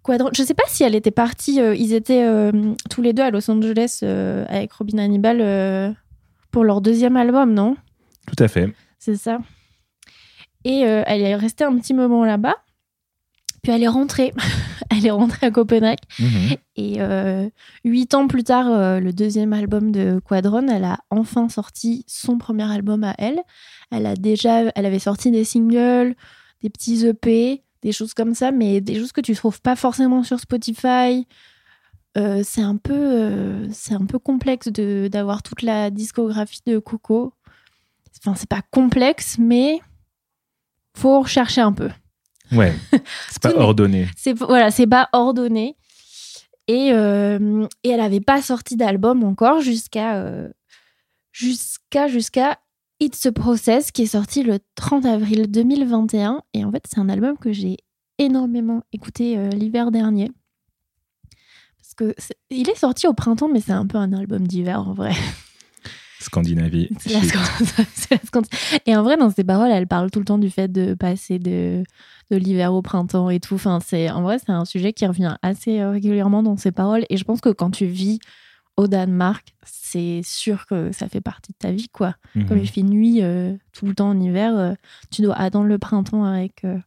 Quadron. Je sais pas si elle était partie. Euh, ils étaient euh, tous les deux à Los Angeles euh, avec Robin Hannibal euh, pour leur deuxième album, non ? Tout à fait. C'est ça. Et euh, elle est restée un petit moment là-bas. Puis elle est rentrée. elle est rentrée à Copenhague. Mm-hmm. Et euh, huit ans plus tard, euh, le deuxième album de Quadron, elle a enfin sorti son premier album à elle. Elle a déjà, elle avait sorti des singles, des petits E P, des choses comme ça, mais des choses que tu trouves pas forcément sur Spotify. Euh, c'est un peu, euh, c'est un peu complexe de d'avoir toute la discographie de Coco. Enfin, c'est pas complexe, mais faut rechercher un peu. Ouais, c'est pas Tout ordonné. C'est, voilà, c'est pas ordonné. Et, euh, et elle avait pas sorti d'album encore jusqu'à, euh, jusqu'à, jusqu'à It's a Process, qui est sorti le trente avril deux mille vingt et un. Et en fait, c'est un album que j'ai énormément écouté euh, l'hiver dernier. Parce que c'est, il est sorti au printemps, mais c'est un peu un album d'hiver en vrai. Scandinavie. C'est la Scand- c'est la Scand- Et en vrai, dans ses paroles, elle parle tout le temps du fait de passer de, de l'hiver au printemps et tout. Enfin, c'est, en vrai, c'est un sujet qui revient assez régulièrement dans ses paroles. Et je pense que quand tu vis au Danemark, c'est sûr que ça fait partie de ta vie, quoi. Mm-hmm. Comme il fait nuit euh, tout le temps en hiver, euh, tu dois attendre le printemps avec... Euh,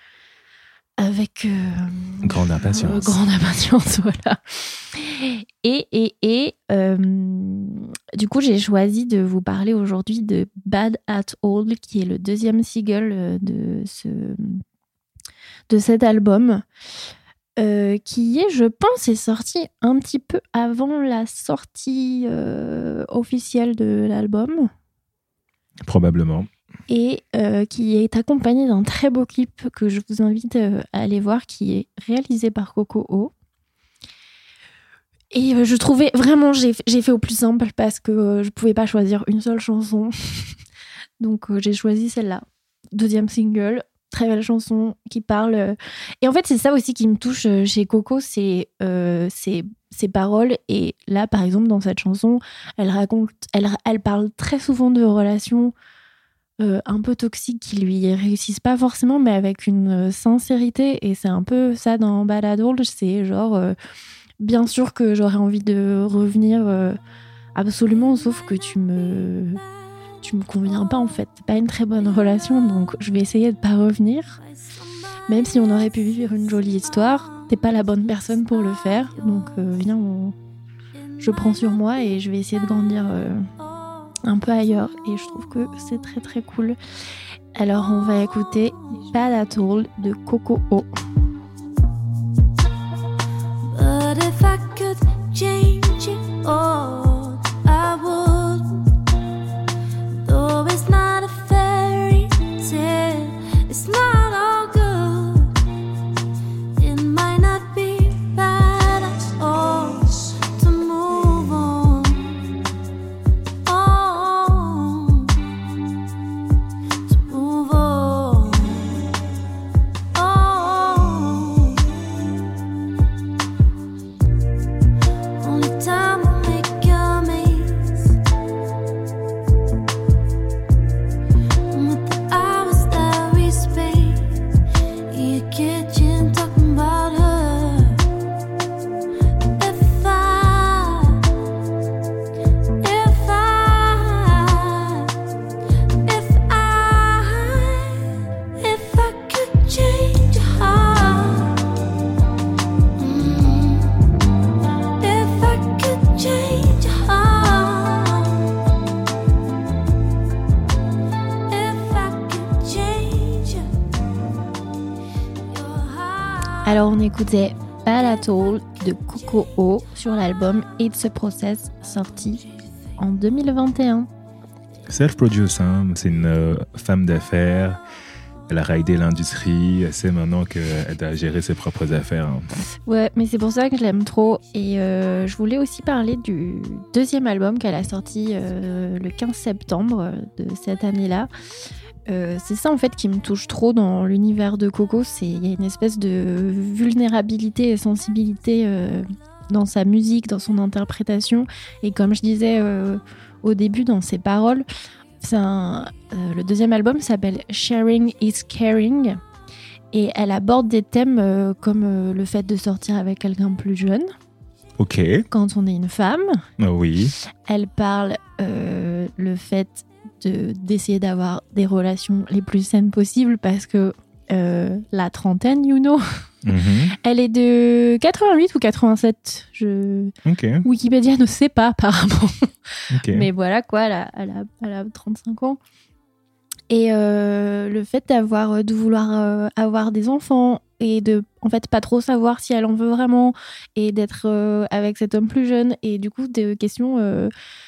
avec euh, grande impatience. Euh, grande impatience, voilà. Et, et, et euh, du coup, j'ai choisi de vous parler aujourd'hui de Bad at All, qui est le deuxième single de, ce, de cet album, euh, qui est, je pense, est sorti un petit peu avant la sortie euh, officielle de l'album. Probablement. Et euh, qui est accompagné d'un très beau clip que je vous invite euh, à aller voir, qui est réalisé par Coco O. Et euh, je trouvais vraiment, j'ai, j'ai fait au plus simple parce que euh, je pouvais pas choisir une seule chanson. Donc euh, j'ai choisi celle-là. Deuxième single, très belle chanson qui parle. Euh... Et en fait, c'est ça aussi qui me touche euh, chez Coco, c'est euh, ses, ses paroles. Et là, par exemple, dans cette chanson, elle raconte, elle, elle parle très souvent de relations Euh, un peu toxiques qui lui réussissent pas forcément, mais avec une euh, sincérité. Et c'est un peu ça dans Bad at All. C'est genre, euh, bien sûr que j'aurais envie de revenir euh, absolument, sauf que tu me, tu me conviens pas en fait. C'est pas une très bonne relation, donc je vais essayer de pas revenir. Même si on aurait pu vivre une jolie histoire, t'es pas la bonne personne pour le faire. Donc euh, viens, on... je prends sur moi et je vais essayer de grandir Euh, un peu ailleurs, et je trouve que c'est très très cool. Alors on va écouter Bad at All de Coco O. But if I could change it all, I would. Though it's not a fairy tale, it's not all good. It might not be bad at all to move on. Alors on écoutait Bad at All de Coco O sur l'album It's a Process, sorti en deux mille vingt et un. Self-produce, hein. C'est une euh, femme d'affaires. Elle a raidé l'industrie. Elle sait maintenant qu'elle doit gérer ses propres affaires. Hein. Ouais, mais c'est pour ça que je l'aime trop. Et euh, je voulais aussi parler du deuxième album qu'elle a sorti euh, le quinze septembre de cette année-là. Euh, c'est ça en fait qui me touche trop dans l'univers de Coco. C'est, il y a une espèce de vulnérabilité et sensibilité euh, dans sa musique, dans son interprétation. Et comme je disais euh, au début, dans ses paroles, c'est un, euh, le deuxième album s'appelle Sharing is Caring. Et elle aborde des thèmes euh, comme euh, le fait de sortir avec quelqu'un plus jeune, Ok. quand on est une femme. Ah oui. Elle parle euh, le fait de, d'essayer d'avoir des relations les plus saines possibles parce que euh, la trentaine, you know, Mhm. elle est de quatre-vingt-huit ou quatre-vingt-sept. Je... Ok. Wikipédia ne sait pas apparemment. Ok. Mais voilà quoi, elle a, elle a, elle a trente-cinq ans. Et euh, le fait d'avoir, de vouloir euh, avoir des enfants et de, en fait, pas trop savoir si elle en veut vraiment et d'être euh, avec cet homme plus jeune et du coup des questions, euh,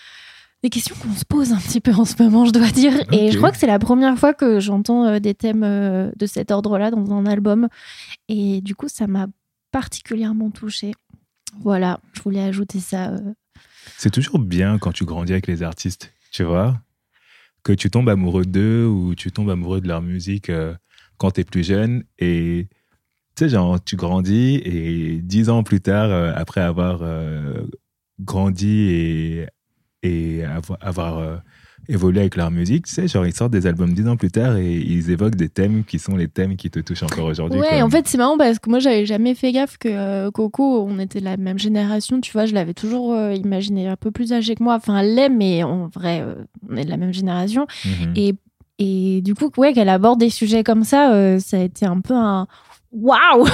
des questions qu'on se pose un petit peu en ce moment, je dois dire. Ok. Et je crois que c'est la première fois que j'entends euh, des thèmes euh, de cet ordre-là dans un album. Et du coup, ça m'a particulièrement touchée. Voilà, je voulais ajouter ça. euh. C'est toujours bien quand tu grandis avec les artistes, tu vois, que tu tombes amoureux d'eux ou tu tombes amoureux de leur musique euh, quand t'es plus jeune et tu sais, genre, tu grandis et dix ans plus tard, euh, après avoir euh, grandi et, et avoir, avoir euh, évolué avec leur musique, tu sais, genre, ils sortent des albums dix ans plus tard et ils évoquent des thèmes qui sont les thèmes qui te touchent encore aujourd'hui. Ouais, quoi. en fait, c'est marrant parce que moi, j'avais jamais fait gaffe que euh, Coco, on était de la même génération, tu vois, je l'avais toujours euh, imaginé un peu plus âgée que moi. Enfin, elle l'est, mais en vrai, euh, on est de la même génération. Mhm. Et, et du coup, ouais, qu'elle aborde des sujets comme ça, euh, ça a été un peu un waouh!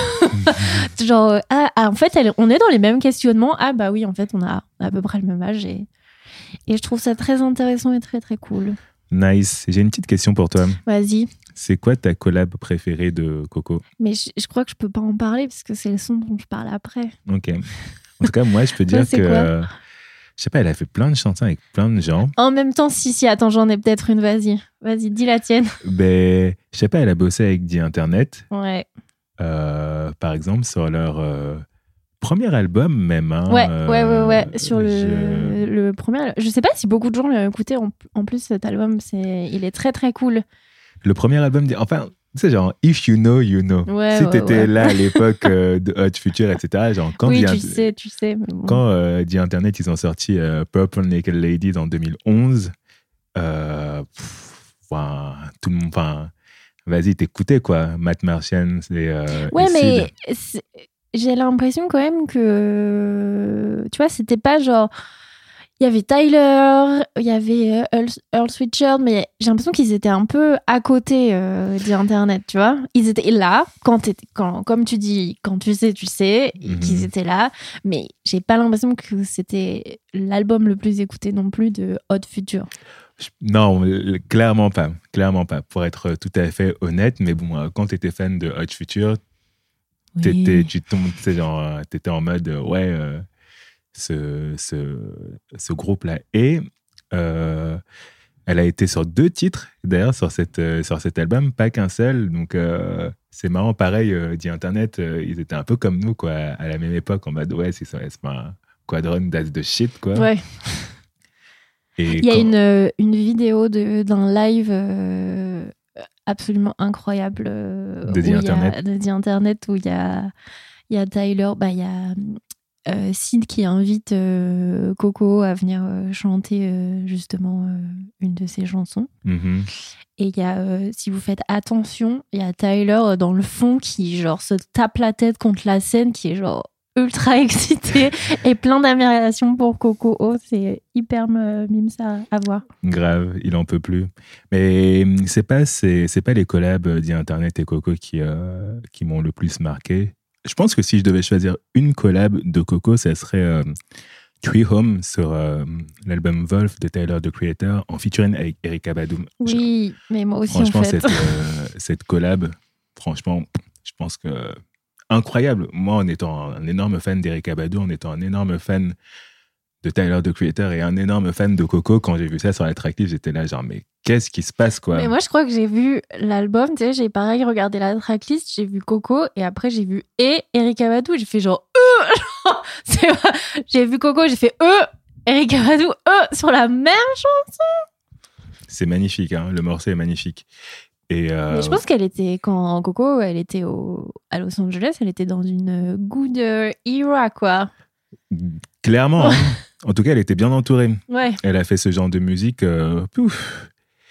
Genre, euh, ah, ah, en fait, elle- on est dans les mêmes questionnements. Ah, bah oui, en fait, on a à peu près le même âge. Et, et je trouve ça très intéressant et très, très cool. Nice. J'ai une petite question pour toi. Vas-y. C'est quoi ta collab préférée de Coco? Mais je, je crois que je peux pas en parler parce que c'est le son dont je parle après. Ok. En tout cas, moi, je peux Toi, dire c'est que, quoi euh, je sais pas, elle a fait plein de chansons avec plein de gens. En même temps, si, si, attends, j'en ai peut-être une, vas-y. Vas-y, dis la tienne. Ben, je sais pas, elle a bossé avec The Internet, Ouais. euh, par exemple, sur leur euh, premier album même. Hein, Ouais, euh, ouais, ouais, ouais. Sur le, je- le premier. Je sais pas si beaucoup de gens l'ont écouté. En, en plus, cet album, c'est, il est très, très cool. Le premier album, de- enfin, tu sais, genre, If You Know, You Know. Ouais, si ouais, t'étais ouais. là à l'époque euh, de Hot Future, et cetera, genre, quand oui, The tu Int- sais, tu sais. mais bon. Quand euh, The Internet, ils ont sorti euh, Purple Naked Ladies en deux mille onze, euh, pff, enfin, tout le monde, enfin, vas-y, t'écoutais quoi, Matt Martian et, euh, Ouais, et Sid. mais c'est- j'ai l'impression quand même que, tu vois, c'était pas genre. Il y avait Tyler, il y avait euh, Earl, Earl Sweatshirt, mais j'ai l'impression qu'ils étaient un peu à côté euh, d'Internet, tu vois. Ils étaient là, quand, t'étais- quand comme tu dis, quand tu sais, tu sais, Mhm. qu'ils étaient là, mais j'ai pas l'impression que c'était l'album le plus écouté non plus de Hot Future. Je- Non, euh, clairement pas, clairement pas, pour être tout à fait honnête, mais bon, euh, quand t'étais fan de Hot Future, t'étais, tu tombes, tu sais, genre, euh, t'étais en mode, euh, ouais, euh, ce, ce, ce groupe-là. Et euh, elle a été sur deux titres, d'ailleurs, sur, cette, euh, sur cet album, pas qu'un seul. Donc, euh, c'est marrant, pareil, euh, dit Internet, euh, ils étaient un peu comme nous, quoi, à la même époque, en mode, ouais, c'est ça, c'est pas un quadron d'as de shit, quoi. Ouais. Et Il y a quand- une, euh, une vidéo de, d'un live euh, absolument incroyable euh, De The où il y a- Internet. de The Internet où il y a, il y a Tyler, bah, il y a euh, Sid qui invite euh, Coco à venir euh, chanter euh, justement euh, une de ses chansons. Mhm. Et il y a, euh, si vous faites attention, il y a Tyler euh, dans le fond qui genre se tape la tête contre la scène, qui est genre ultra excité et plein d'admiration pour Coco. Oh, c'est hyper euh, mimes à, à voir. Grave, il en peut plus. Mais hum, c'est pas, c'est, c'est pas les collabs d'Internet et Coco qui, euh, qui m'ont le plus marqué. Je pense que si je devais choisir une collab de Coco, ça serait euh, Tree Home sur euh, l'album Wolf de Tyler, the Creator, en featuring avec Erykah Badu. Oui, mais moi aussi Franchement, en fait. cette, euh, cette collab, franchement, je pense que incroyable. Moi, en étant un énorme fan d'Erykah Badu, en étant un énorme fan de Tyler, the Creator, et un énorme fan de Coco, quand j'ai vu ça sur la tracklist, j'étais là genre, mais qu'est-ce qui se passe, quoi? Mais moi, je crois que j'ai vu l'album, tu sais, j'ai pareil regardé la tracklist, j'ai vu Coco, et après j'ai vu et Erykah Badu, j'ai fait genre, euh, genre, c'est pas- j'ai vu Coco, j'ai fait euh, Erykah Badu, euh, sur la même chanson. C'est magnifique, hein, le morceau est magnifique. Et euh, Mais je pense qu'elle était, quand Coco, elle était au, à Los Angeles, elle était dans une good euh, era, quoi. clairement, hein. En tout cas, elle était bien entourée. Ouais. Elle a fait ce genre de musique. euh, pouf.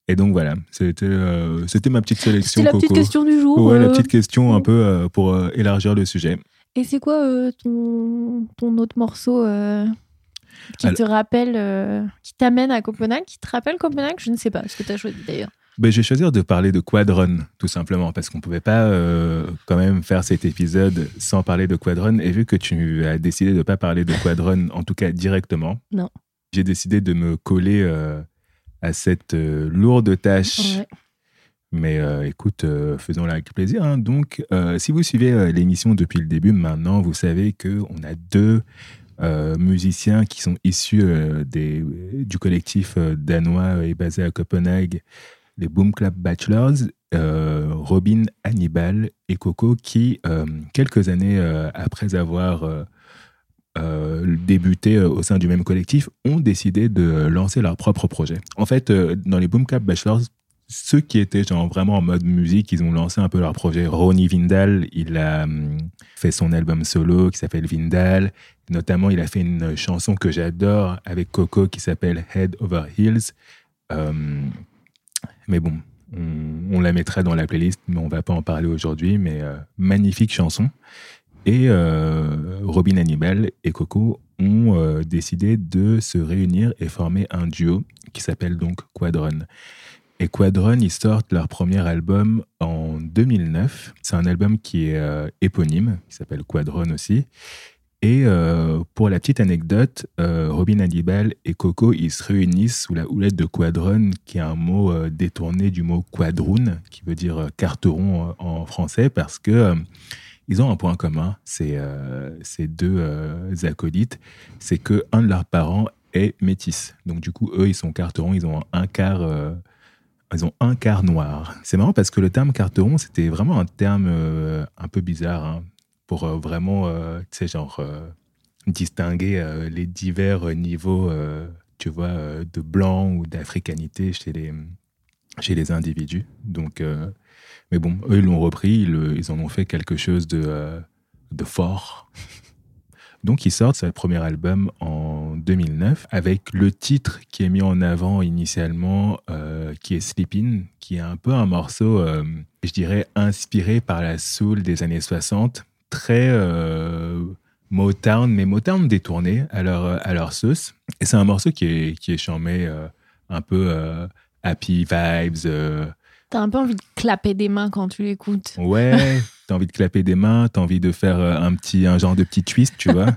Et donc voilà, c'était, euh, c'était ma petite sélection. C'était la Coco. petite question du jour. Ouais, euh. la petite question un peu euh, pour euh, élargir le sujet. Et c'est quoi euh, ton, ton autre morceau euh, qui Alors- te rappelle, euh, qui t'amène à Copenhague, qui te rappelle Copenhague? Je ne sais pas ce que tu as choisi d'ailleurs. Ben, je vais choisir de parler de Quadron, tout simplement, parce qu'on ne pouvait pas euh, quand même faire cet épisode sans parler de Quadron. Et vu que tu as décidé de ne pas parler de Quadron, en tout cas directement, Non. j'ai décidé de me coller euh, à cette euh, lourde tâche. Ouais. Mais euh, écoute, euh, faisons-la avec plaisir. Hein. Donc, euh, si vous suivez euh, l'émission depuis le début, maintenant, vous savez qu'on a deux euh, musiciens qui sont issus euh, des, du collectif euh, danois et basé à Copenhague, les Boom Clap Bachelors, euh, Robin Hannibal et Coco, qui, euh, quelques années euh, après avoir euh, euh, débuté euh, au sein du même collectif, ont décidé de lancer leur propre projet. En fait, euh, dans les Boom Clap Bachelors, ceux qui étaient genre vraiment en mode musique, ils ont lancé un peu leur projet. Ronnie Vindal, il a hum, fait son album solo qui s'appelle Vindal. Notamment, il a fait une chanson que j'adore avec Coco qui s'appelle Head Over Heels. Euh, mais bon, on, on la mettra dans la playlist, mais on ne va pas en parler aujourd'hui. Mais euh, magnifique chanson. Et euh, Robin Hannibal et Coco ont euh, décidé de se réunir et former un duo qui s'appelle donc Quadron. Et Quadron, ils sortent leur premier album en deux mille neuf. C'est un album qui est euh, éponyme, qui s'appelle Quadron aussi. Et euh, pour la petite anecdote, euh, Robin Hannibal et Coco, ils se réunissent sous la houlette de Quadron, qui est un mot euh, détourné du mot quadroon, qui veut dire euh, carteron euh, en français, parce que euh, ils ont un point commun, c'est euh, ces deux euh, acolytes, c'est que un de leurs parents est métis. Donc du coup, eux, ils sont carterons, ils ont un quart, euh, ils ont un quart noir. C'est marrant parce que le terme carteron, c'était vraiment un terme euh, un peu bizarre, hein, pour euh, vraiment, euh, tu sais, genre euh, distinguer euh, les divers niveaux, euh, tu vois, euh, de blanc ou d'africanité chez les chez les individus. Donc euh, mais bon, eux, ils l'ont repris, ils, ils en ont fait quelque chose de, euh, de fort. Donc, ils sortent ce premier album en deux mille neuf avec le titre qui est mis en avant initialement, euh, qui est Sleepin', qui est un peu un morceau, euh, je dirais, inspiré par la soul des années soixante, très euh, Motown, mais Motown détourné à leur, à leur sauce. Et c'est un morceau qui est, qui est charmé, euh, un peu euh, happy vibes, euh, T'as un peu envie de clapper des mains quand tu l'écoutes. ouais, t'as envie de clapper des mains, t'as envie de faire un petit, un genre de petit twist, tu vois.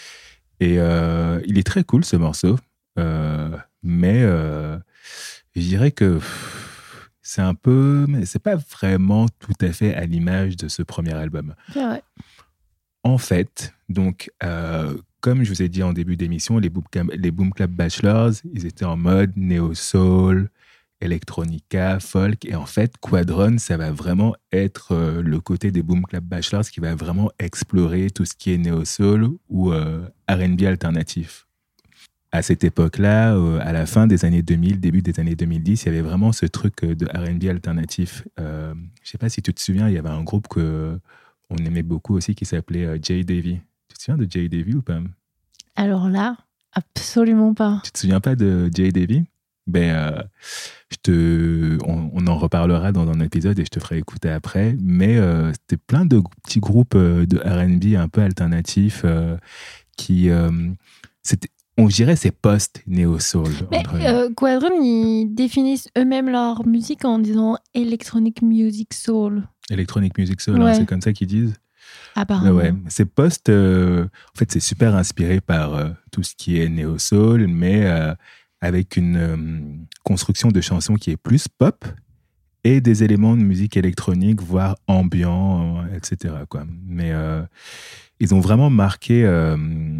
Et euh, il est très cool ce morceau, euh, mais euh, je dirais que pff, c'est un peu, mais c'est pas vraiment tout à fait à l'image de ce premier album. C'est vrai. En fait, donc, euh, comme je vous ai dit en début d'émission, les Boom Clap, les Boom Clap Bachelors, ils étaient en mode néo-soul, electronica, folk, et en fait, Quadron, ça va vraiment être euh, le côté des Boom Clap Bachelors qui va vraiment explorer tout ce qui est néo-soul ou euh, R and B alternatif. À cette époque-là, euh, à la fin des années deux mille, début des années deux mille dix, il y avait vraiment ce truc de R and B alternatif. Euh, je ne sais pas si tu te souviens, il y avait un groupe qu'on aimait beaucoup aussi qui s'appelait euh, Jay Davy. Tu te souviens de Jay Davy ou pas? Alors là, absolument pas. Tu te souviens pas de Jay Davy? Ben, euh, je te, on, on en reparlera dans un épisode et je te ferai écouter après. Mais euh, c'était plein de petits groupes euh, de R and B un peu alternatifs euh, qui, euh, c'était, on dirait, c'est post-néo-soul. Mais euh, Quadron, ils définissent eux-mêmes leur musique en disant Electronic Music Soul. Electronic Music Soul, Ouais. hein, c'est comme ça qu'ils disent. Apparemment. Ouais, c'est post. Euh, en fait, c'est super inspiré par euh, tout ce qui est néo-soul, mais euh, avec une euh, construction de chansons qui est plus pop et des éléments de musique électronique, voire ambiant, euh, et cetera, quoi. Mais euh, ils ont vraiment marqué euh,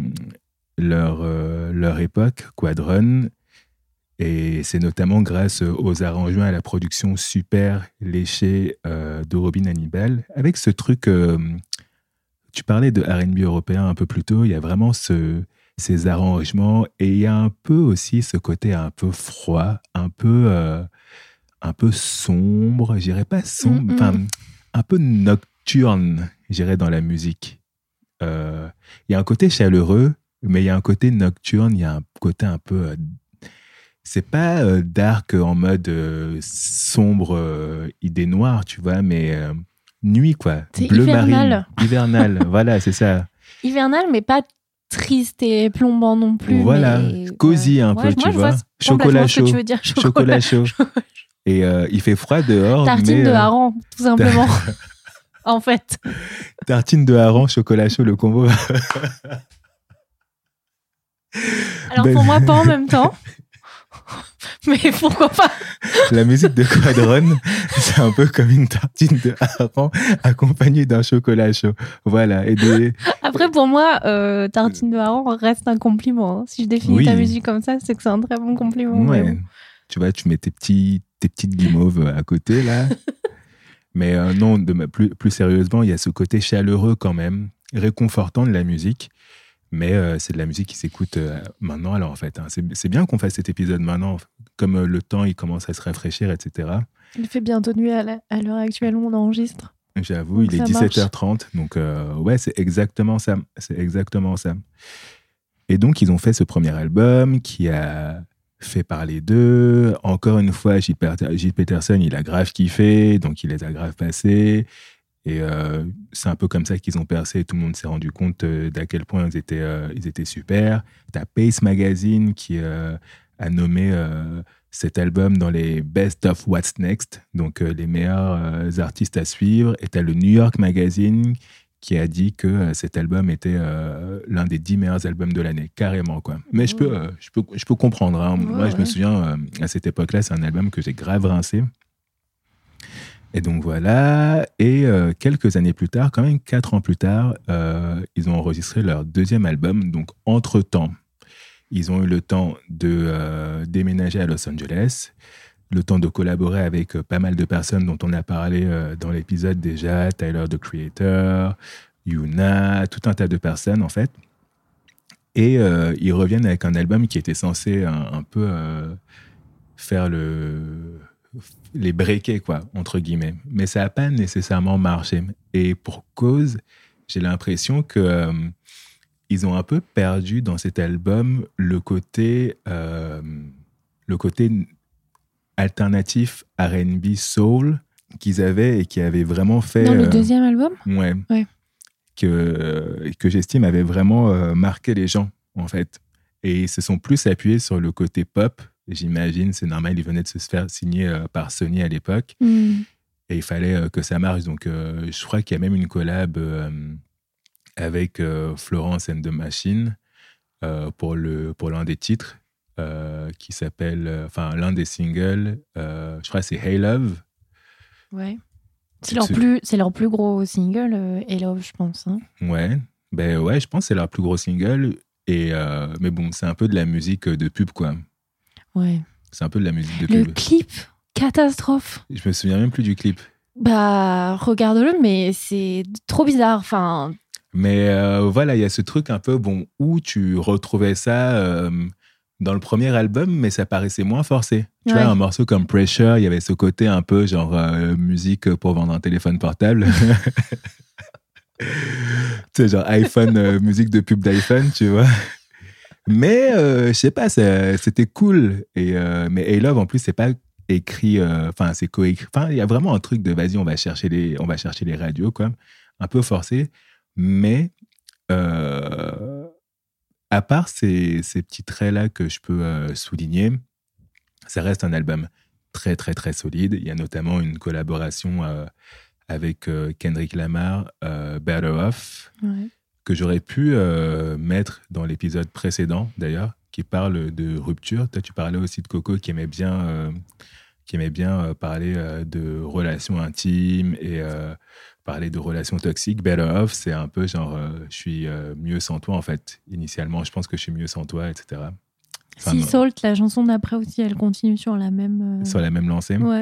leur, euh, leur époque, Quadron, et c'est notamment grâce aux arrangements et à la production super léchée euh, de Robin Hannibal, avec ce truc... Euh, tu parlais de R and B européen un peu plus tôt, il y a vraiment ce... ces arrangements, et il y a un peu aussi ce côté un peu froid, un peu, euh, un peu sombre, je dirais pas sombre, enfin, Mm-mm. un peu nocturne, je dirais, dans la musique. Euh, il y a un côté chaleureux, mais il y a un côté nocturne, il y a un côté un peu... Euh, c'est pas euh, dark en mode euh, sombre, euh, idée noire, tu vois, mais euh, nuit, quoi. C'est Bleu hivernal. marine. Hivernal. Voilà, c'est ça. Hivernal, mais pas triste et plombant non plus. Voilà, mais... cosy ouais. un Ouais, peu, moi, tu je vois. vois Chocolat complètement ce que chaud. tu veux dire. Chocolat chaud. Et euh, il fait froid dehors. Tartine mais, de euh, hareng, tout simplement. En fait. Tartine de hareng, chocolat chaud, le combo. Alors Ben- pour moi, pas en même temps. Mais pourquoi pas? La musique de Quadron, c'est un peu comme une tartine de hareng accompagnée d'un chocolat chaud. Voilà. Et des... Après, pour moi, euh, tartine de hareng reste un compliment. hein. Si je définis Oui. ta musique comme ça, c'est que c'est un très bon compliment. mais Ouais. bon. Tu vois, tu mets tes, petits, tes petites guimauves à côté, là. Mais euh, non, de, ma- plus, plus sérieusement, il y a ce côté chaleureux quand même, réconfortant de la musique. Mais euh, c'est de la musique qui s'écoute euh, maintenant, alors en fait. hein. C'est, c'est bien qu'on fasse cet épisode maintenant, comme euh, le temps, il commence à se rafraîchir, et cetera. Il fait bientôt nuit à, la- à l'heure actuelle où on enregistre. J'avoue, Donc il est ça dix-sept heures trente. Donc, euh, ouais, c'est exactement ça. C'est exactement ça. Et donc, ils ont fait ce premier album qui a fait parler d'eux. Encore une fois, Gilles, Per- Gilles Peterson, il a grave kiffé, donc il les a grave passés. Et euh, c'est un peu comme ça qu'ils ont percé. Tout le monde s'est rendu compte euh, d'à quel point ils étaient, euh, ils étaient super. T'as Pace Magazine qui euh, a nommé euh, cet album dans les Best of What's Next, donc euh, les meilleurs euh, artistes à suivre. Et t'as le New York Magazine qui a dit que euh, cet album était euh, l'un des dix meilleurs albums de l'année, carrément, quoi. Mais je peux, euh, je peux, je peux comprendre. hein. Ouais, Moi, je me ouais. souviens, euh, à cette époque-là, c'est un album que j'ai grave rincé. Et donc voilà, et euh, quelques années plus tard, quand même quatre ans plus tard, euh, ils ont enregistré leur deuxième album. Donc entre-temps, ils ont eu le temps de euh, déménager à Los Angeles, le temps de collaborer avec euh, pas mal de personnes dont on a parlé euh, dans l'épisode déjà, Tyler, the Creator, Yuna, tout un tas de personnes en fait. Et euh, ils reviennent avec un album qui était censé un, un peu euh, faire le... les breaker, quoi, entre guillemets. Mais ça n'a pas nécessairement marché. Et pour cause, j'ai l'impression que euh, ils ont un peu perdu dans cet album le côté, euh, le côté alternatif R and B soul qu'ils avaient et qui avaient vraiment fait... Dans le euh, deuxième album? Ouais. Ouais. Que, que j'estime avait vraiment euh, marqué les gens, en fait. Et ils se sont plus appuyés sur le côté pop. J'imagine, c'est normal, ils venaient de se faire signer euh, par Sony à l'époque. Hmm. Et il fallait euh, que ça marche. Donc, euh, je crois qu'il y a même une collab euh, avec euh, Florence and the Machine euh, pour, le, pour l'un des titres euh, qui s'appelle... Enfin, euh, l'un des singles, euh, je crois que c'est Hey Love. Ouais. C'est leur, C'est- plus, c'est leur plus gros single, euh, Hello, je pense. hein. Ouais. Ben ouais, je pense que c'est leur plus gros single. Et, euh, mais bon, c'est un peu de la musique de pub, quoi. Ouais. C'est un peu de la musique de Le pub. clip, catastrophe. Je me souviens même plus du clip. Bah, regarde-le, mais c'est trop bizarre. Enfin, Mais euh, voilà, il y a ce truc un peu, bon, où tu retrouvais ça euh, dans le premier album, mais ça paraissait moins forcé. Tu Ouais. vois, un morceau comme Pressure, il y avait ce côté un peu genre euh, musique pour vendre un téléphone portable. Tu sais, genre iPhone, euh, musique de pub d'iPhone, tu vois. Mais euh, je sais pas, ça- c'était cool. Et, euh, mais Hey Love, en plus, c'est pas écrit, euh, enfin, c'est coécrit. Enfin, il y a vraiment un truc de vas-y, on va chercher les, on va chercher les radios, quoi. Un peu forcé. Mais euh, à part ces, ces petits traits-là que je peux euh, souligner, ça reste un album très, très, très solide. Il y a notamment une collaboration euh, avec euh, Kendrick Lamar, euh, Better Off, ouais. que j'aurais pu euh, mettre dans l'épisode précédent, d'ailleurs, qui parle de rupture. Toi, tu parlais aussi de Coco, qui aimait bien, euh, qui aimait bien euh, parler euh, de relations intimes et euh, parler de relations toxiques. Better Off, c'est un peu genre, euh, je suis euh, mieux sans toi, en fait. Initialement, je pense que je suis mieux sans toi, et cetera. Enfin, Sea non, Salt, la chanson d'après aussi, elle continue sur la même. euh, sur la même lancée. Ouais.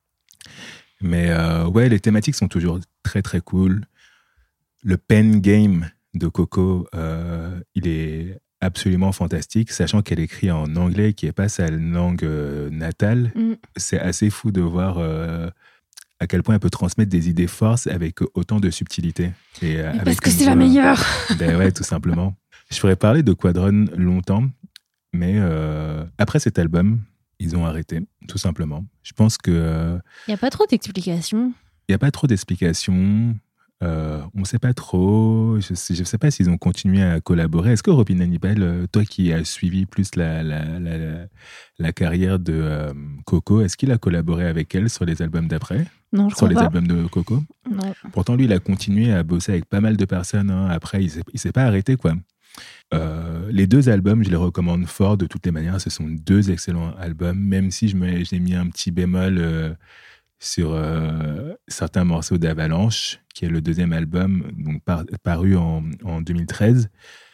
Mais euh, ouais, les thématiques sont toujours très, très cool. Le pen game de Coco, euh, il est absolument fantastique, sachant qu'elle écrit en anglais, qui n'est pas sa langue euh, natale. Mm. C'est assez fou de voir euh, à quel point elle peut transmettre des idées fortes avec autant de subtilité. Et, euh, Mais avec parce que une c'est la voix- meilleure. Ben ouais, tout simplement. Je pourrais parler de Quadron longtemps. Mais euh, après cet album, ils ont arrêté, tout simplement. Je pense qu'il euh, Il n'y a pas trop d'explications. n'y a pas trop d'explications. Euh, on ne sait pas trop. Je ne sais, sais pas s'ils ont continué à collaborer. Est-ce que Robin Hannibal, euh, toi qui as suivi plus la, la, la, la, la carrière de euh, Coco, est-ce qu'il a collaboré avec elle sur les albums d'après? Non, je Sur crois les pas. albums de Coco? Non. Pourtant, lui, il a continué à bosser avec pas mal de personnes. Hein. Après, il ne s'est, il s'est pas arrêté, quoi. Euh, les deux albums, je les recommande fort de toutes les manières. Ce sont deux excellents albums, même si je me, j'ai mis un petit bémol euh, sur euh, certains morceaux d'Avalanche, qui est le deuxième album, donc par, paru en, en deux mille treize.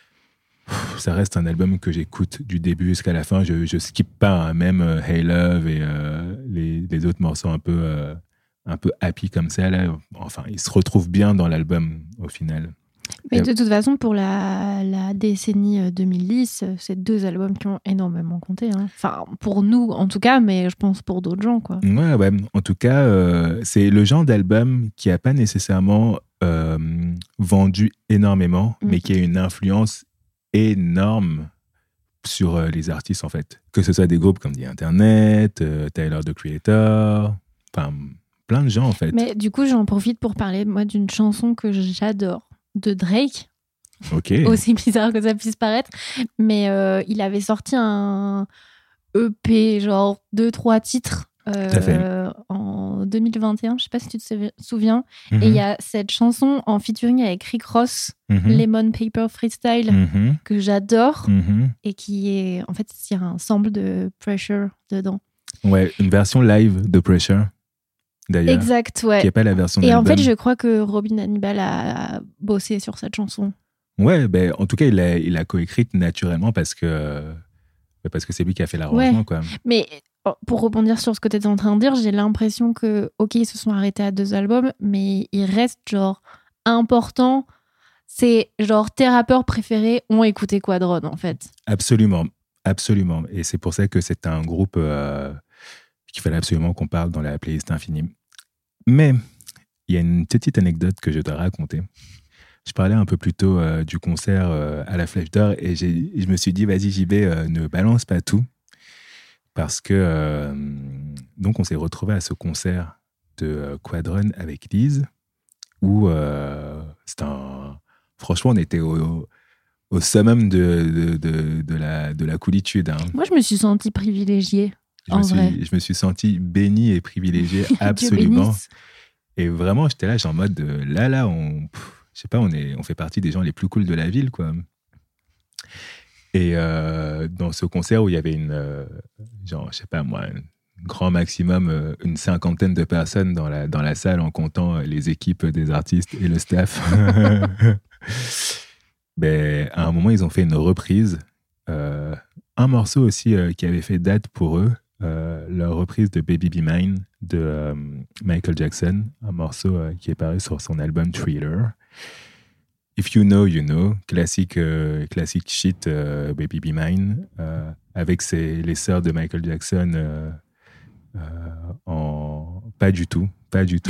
Pff, ça reste un album que j'écoute du début jusqu'à la fin. Je ne skippe pas, hein, même euh, Hey Love et euh, les, les autres morceaux un peu, euh, un peu happy comme ça. Là. Enfin, ils se retrouvent bien dans l'album au final. Mais de toute façon, pour la, la décennie deux mille dix, c'est deux albums qui ont énormément compté. Hein. Enfin, pour nous, en tout cas, mais je pense pour d'autres gens, quoi. Ouais, ouais. En tout cas, euh, c'est le genre d'album qui n'a pas nécessairement euh, vendu énormément, Mm. mais qui a une influence énorme sur euh, les artistes, en fait. Que ce soit des groupes comme The Internet, euh, Tyler, the Creator, enfin, plein de gens, en fait. Mais du coup, j'en profite pour parler, moi, d'une chanson que j'adore, de Drake. Ok. Aussi bizarre que ça puisse paraître. Mais euh, il avait sorti un E P, genre deux, trois titres euh, Tout à fait. en deux mille vingt et un. Je sais pas si tu te souvi- souviens. Mhm. Et il y a cette chanson en featuring avec Rick Ross, Mhm. Lemon Paper Freestyle, Mhm. que j'adore Mhm. et qui est. En fait, il y a un sample de Pressure dedans. Ouais, une version live de Pressure, d'ailleurs. Exact, Qui ouais. n'est pas la version Et en d'album. fait, je crois que Robin Hannibal a bossé sur cette chanson. Ouais, ben, en tout cas, il a, il a coécrite naturellement parce que, parce que c'est lui qui a fait l'arrangement, Ouais. quoi. Mais oh, pour rebondir sur ce que tu étais en train de dire, j'ai l'impression que, ok, ils se sont arrêtés à deux albums, mais il reste genre important. C'est genre tes rappeurs préférés ont écouté Quadron, en fait. Absolument, absolument. Et c'est pour ça que c'est un groupe euh, qu'il fallait absolument qu'on parle dans la playlist infinie. Mais il y a une petite anecdote que je dois raconter. Je parlais un peu plus tôt euh, du concert euh, à la Flèche d'Or et j'ai, je me suis dit, vas-y, J B, euh, ne balance pas tout. Parce que, euh, donc, on s'est retrouvés à ce concert de euh, Quadron avec Lise, où euh, c'était un. Franchement, on était au, au summum de, de, de, de, la, de la coolitude. Hein. Moi, je me suis sentie privilégiée. Je, En me vrai. suis, je me suis senti béni et privilégié, Dieu absolument. bénisse. Et vraiment, j'étais là, genre en mode, euh, là, là, on, pff, je sais pas, on, est, on fait partie des gens les plus cools de la ville, quoi. Et euh, dans ce concert où il y avait une, euh, genre, je sais pas moi, un grand maximum, euh, une cinquantaine de personnes dans la, dans la salle en comptant euh, les équipes des artistes et le staff. Ben, à un moment, ils ont fait une reprise. Euh, un morceau aussi euh, qui avait fait date pour eux, euh, leur reprise de Baby Be Mine de euh, Michael Jackson, un morceau euh, qui est paru sur son album Thriller. If You Know, You Know, classique, euh, classique shit, euh, Baby Be Mine, euh, avec ses, les sœurs de Michael Jackson euh, euh, en... Pas du tout, pas du tout.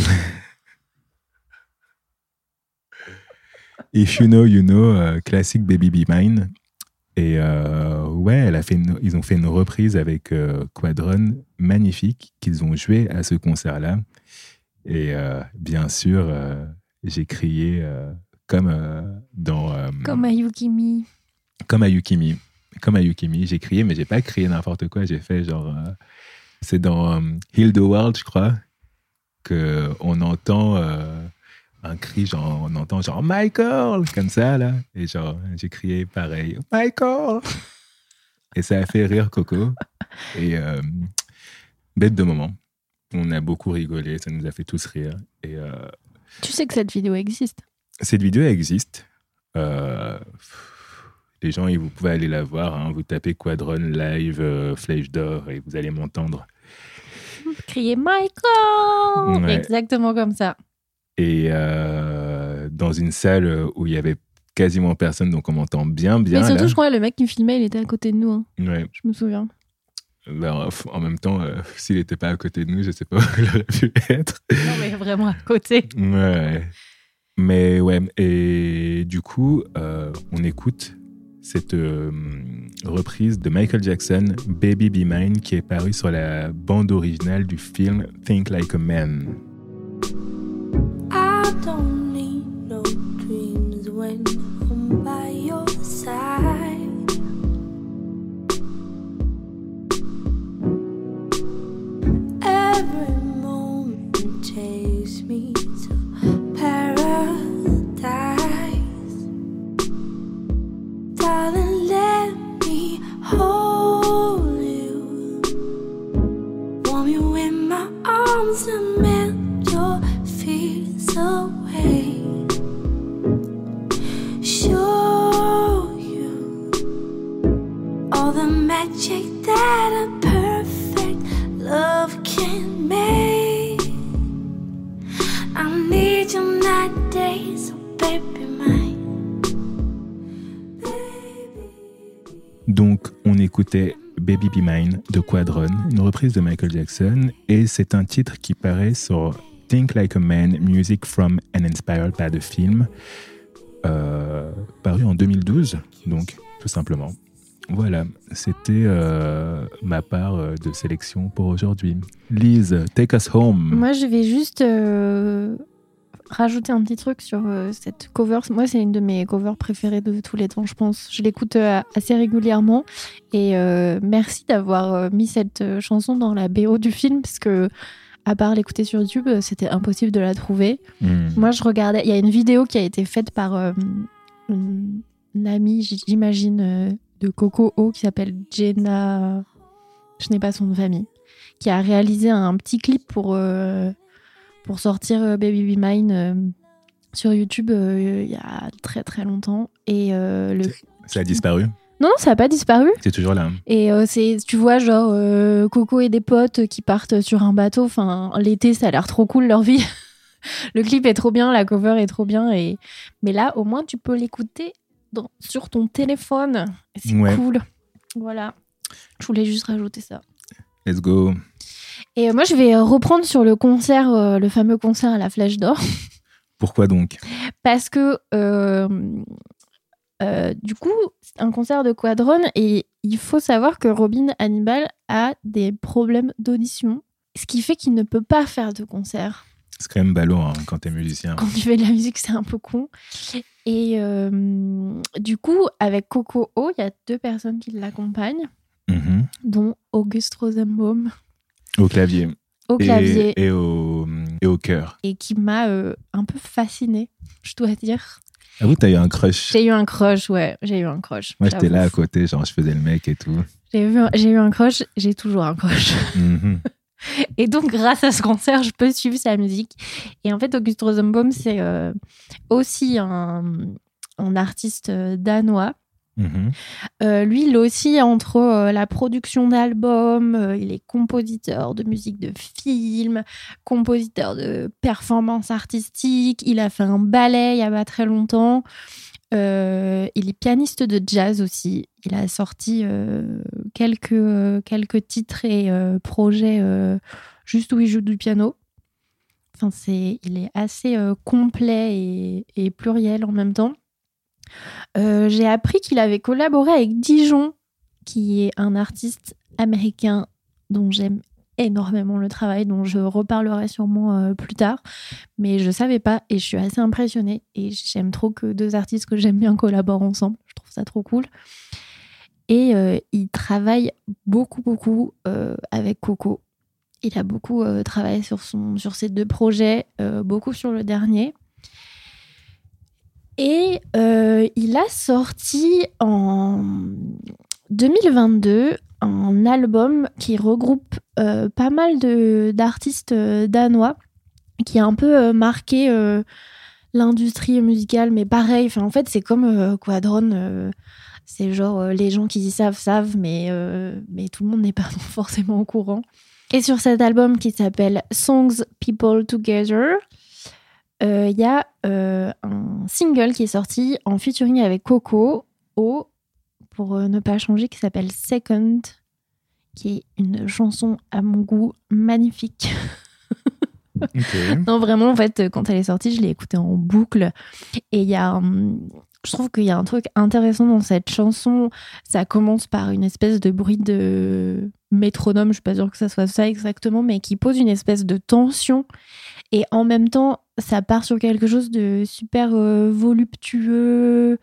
If You Know, You Know, euh, classique Baby Be Mine. Et euh, ouais, elle a fait une, ils ont fait une reprise avec euh, Quadron, magnifique, qu'ils ont joué à ce concert-là. Et euh, bien sûr, euh, j'ai crié euh, comme euh, dans... euh, Comme à Yukimi. comme à Yukimi. Comme à Yukimi, j'ai crié, mais j'ai pas crié n'importe quoi. J'ai fait genre... euh, c'est dans euh, Heal the World, je crois, qu'on entend... Euh, un cri, genre, on entend genre Michael, comme ça, là. Et genre, j'ai crié pareil, Michael! Et ça a fait rire Coco. Et euh, bête de moment. On a beaucoup rigolé, ça nous a fait tous rire. Et euh, Tu sais que cette vidéo existe. cette vidéo existe. Euh, les gens, vous pouvez aller la voir. Hein. Vous tapez Quadron live euh, Flèche d'Or et vous allez m'entendre. Crier Michael. Ouais. Exactement comme ça. Et euh, dans une salle où il y avait quasiment personne, donc on m'entend bien, bien. Mais surtout, là. je crois que le mec qui filmait, il était à côté de nous. Hein. Ouais. Je me souviens. Ben, en même temps, euh, s'il n'était pas à côté de nous, je ne sais pas où il aurait pu être. Non, mais vraiment à côté. Ouais. Mais ouais, et du coup, euh, on écoute cette, euh, reprise de Michael Jackson, Baby Be Mine, qui est parue sur la bande originale du film Think Like a Man. I don't need no dreams when I'm by your side. Every moment takes me to paradise. Darling, let me hold you, warm you in my arms and melt your fears away. Show you all the magic that a perfect love can make. I need you night and day, so baby mine. Baby. Donc, on écoutait Baby Be Mine de Quadron, une reprise de Michael Jackson, et c'est un titre qui paraît sur Think Like a Man, Music from and Inspired by the Film, euh, paru en deux mille douze, donc tout simplement. Voilà, c'était euh, ma part euh, de sélection pour aujourd'hui. Lise, take us home. Moi, je vais juste euh, rajouter un petit truc sur euh, cette cover. Moi, c'est une de mes covers préférées de tous les temps, je pense. Je l'écoute euh, assez régulièrement. Et euh, merci d'avoir euh, mis cette euh, chanson dans la B O du film, parce que, à part l'écouter sur YouTube, euh, c'était impossible de la trouver. Mm. Moi, je regardais. Il y a une vidéo qui a été faite par euh, une, une amie, j'imagine, euh, de Coco O, qui s'appelle Jenna. Je n'ai pas son nom de famille. Qui a réalisé un petit clip pour, euh, pour sortir euh, Baby Be Mine euh, sur YouTube euh, il y a très très longtemps. Et euh, le... Ça a disparu? Non, non, ça n'a pas disparu. C'est toujours là. Et euh, c'est, tu vois, genre euh, Coco et des potes qui partent sur un bateau. Enfin, l'été, ça a l'air trop cool leur vie. Le clip est trop bien, la cover est trop bien. Et... Mais là, au moins, tu peux l'écouter dans... sur ton téléphone. Et c'est Ouais. cool. Voilà. Je voulais juste rajouter ça. Let's go. Et euh, moi, je vais euh, reprendre sur le concert, euh, le fameux concert à la Flèche d'Or. Pourquoi donc? Parce que, euh, euh, du coup, c'est un concert de Quadron et il faut savoir que Robin Hannibal a des problèmes d'audition, ce qui fait qu'il ne peut pas faire de concert. C'est quand même ballot hein, quand t'es musicien. Quand tu fais de la musique, c'est un peu con. Et euh, du coup, avec Coco O, il y a deux personnes qui l'accompagnent, Mhm. dont Auguste Rosenbaum Au clavier. au Et- clavier. Et, au, et au cœur. Et qui m'a euh, un peu fascinée, je dois dire. Ah oui, t'as eu un crush. J'ai eu un crush, ouais, j'ai eu un crush. Moi, j'étais j'avoue. là à côté, genre, je faisais le mec et tout. J'ai, vu, j'ai eu un crush, j'ai toujours un crush. Mhm. Et donc, grâce à ce concert, je peux suivre sa musique. Et en fait, Auguste Rosenbaum, c'est euh, aussi un, un artiste euh, danois. Mhm. Euh, lui, il est aussi entre euh, la production d'albums, euh, il est compositeur de musique de film, compositeur de performances artistiques, il a fait un ballet il n'y a pas très longtemps, euh, il est pianiste de jazz aussi, il a sorti euh, quelques, euh, quelques titres et euh, projets euh, juste où il joue du piano. Enfin, c'est, il est assez euh, complet et, et pluriel en même temps. Euh, j'ai appris qu'il avait collaboré avec Dijon, qui est un artiste américain dont j'aime énormément le travail, dont je reparlerai sûrement euh, plus tard. Mais je savais pas et je suis assez impressionnée. Et j'aime trop que deux artistes que j'aime bien collaborent ensemble. Je trouve ça trop cool. Et euh, il travaille beaucoup, beaucoup euh, avec Coco. Il a beaucoup euh, travaillé sur, son, sur ses deux projets, euh, beaucoup sur le dernier. Et euh, il a sorti en deux mille vingt-deux un album qui regroupe euh, pas mal de, d'artistes euh, danois, qui a un peu euh, marqué euh, l'industrie musicale, mais pareil, en fait c'est comme euh, Quadron, euh, c'est genre euh, les gens qui y savent, savent, mais, euh, mais tout le monde n'est pas forcément au courant. Et sur cet album qui s'appelle Songs People Together, il euh, y a euh, un single qui est sorti en featuring avec Coco O, pour euh, ne pas changer, qui s'appelle Second, qui est une chanson à mon goût magnifique. Ok. Non, vraiment, en fait, quand elle est sortie, je l'ai écoutée en boucle. Et il y a, hum, je trouve qu'il y a un truc intéressant dans cette chanson. Ça commence par une espèce de bruit de métronome, je suis pas sûre que ça soit ça exactement, mais qui pose une espèce de tension. Et en même temps, ça part sur quelque chose de super euh, voluptueux.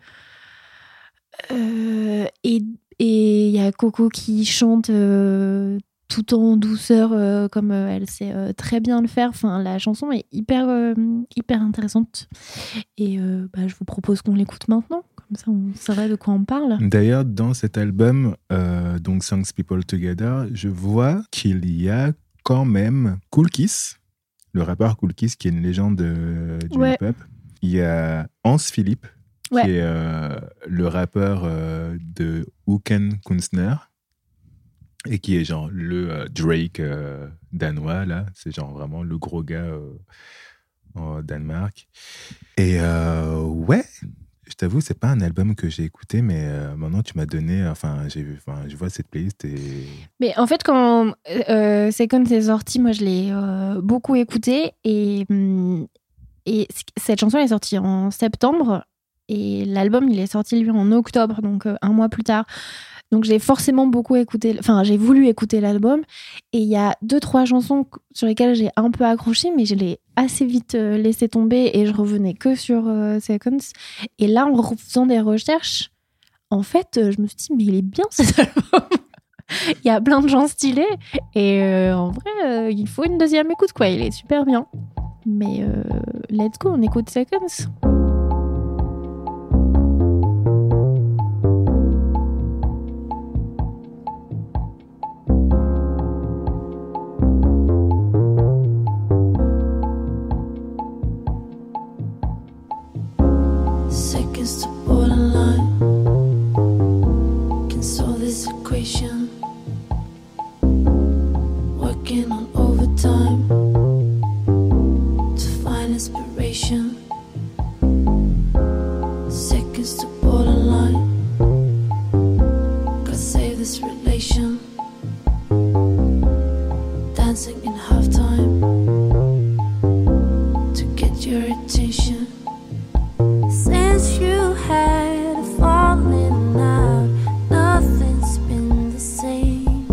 Euh, et il y a Coco qui chante euh, tout en douceur, euh, comme euh, elle sait euh, très bien le faire. Enfin, la chanson est hyper, euh, hyper intéressante. Et euh, bah, je vous propose qu'on l'écoute maintenant. Comme ça, on saurait de quoi on parle. D'ailleurs, dans cet album, euh, donc Songs People Together, je vois qu'il y a quand même Kool Kiss, le rappeur Kool Kiss, qui est une légende de, du Ouais. hip-hop. Il y a Hans Philipp, Ouais. qui est euh, le rappeur euh, de Uken Kunstner, et qui est genre le euh, Drake euh, danois, là. C'est genre vraiment le gros gars euh, au Danemark. Et euh, ouais, je t'avoue, c'est pas un album que j'ai écouté, mais euh, maintenant tu m'as donné, enfin, j'ai vu, enfin, je vois cette playlist et... Mais en fait, quand euh, Second est sorti, moi, je l'ai euh, beaucoup écouté. Et, hum, et c- cette chanson elle est sortie en septembre. Et l'album, il est sorti, lui, en octobre, donc euh, un mois plus tard. Donc, j'ai forcément beaucoup écouté... Enfin, j'ai voulu écouter l'album. Et il y a deux, trois chansons sur lesquelles j'ai un peu accroché, mais je l'ai assez vite euh, laissé tomber et je revenais que sur euh, Seconds. Et là, en refaisant des recherches, en fait, euh, je me suis dit, mais il est bien, cet album. Il y a plein de gens stylés. Et euh, en vrai, euh, il faut une deuxième écoute, quoi. Il est super bien. Mais euh, let's go, on écoute Seconds. Seconds to borderline can solve this equation. Working on overtime to find inspiration. Seconds to borderline, gotta save this relation. Dancing in halftime to get your attention. Since you had a falling out, nothing's been the same.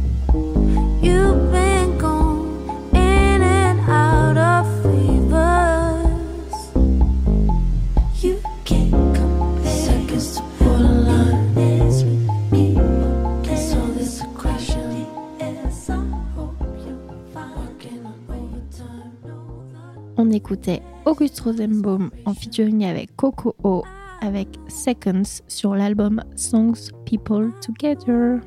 You've been gone in and out of favors. You can't compare. Seconds to borderline is with me. Can solve this equation. Yes, I hope you find working on overtime. Know that On écoutait August Rosenbaum en featuring avec Coco O avec Seconds sur l'album Songs People Together.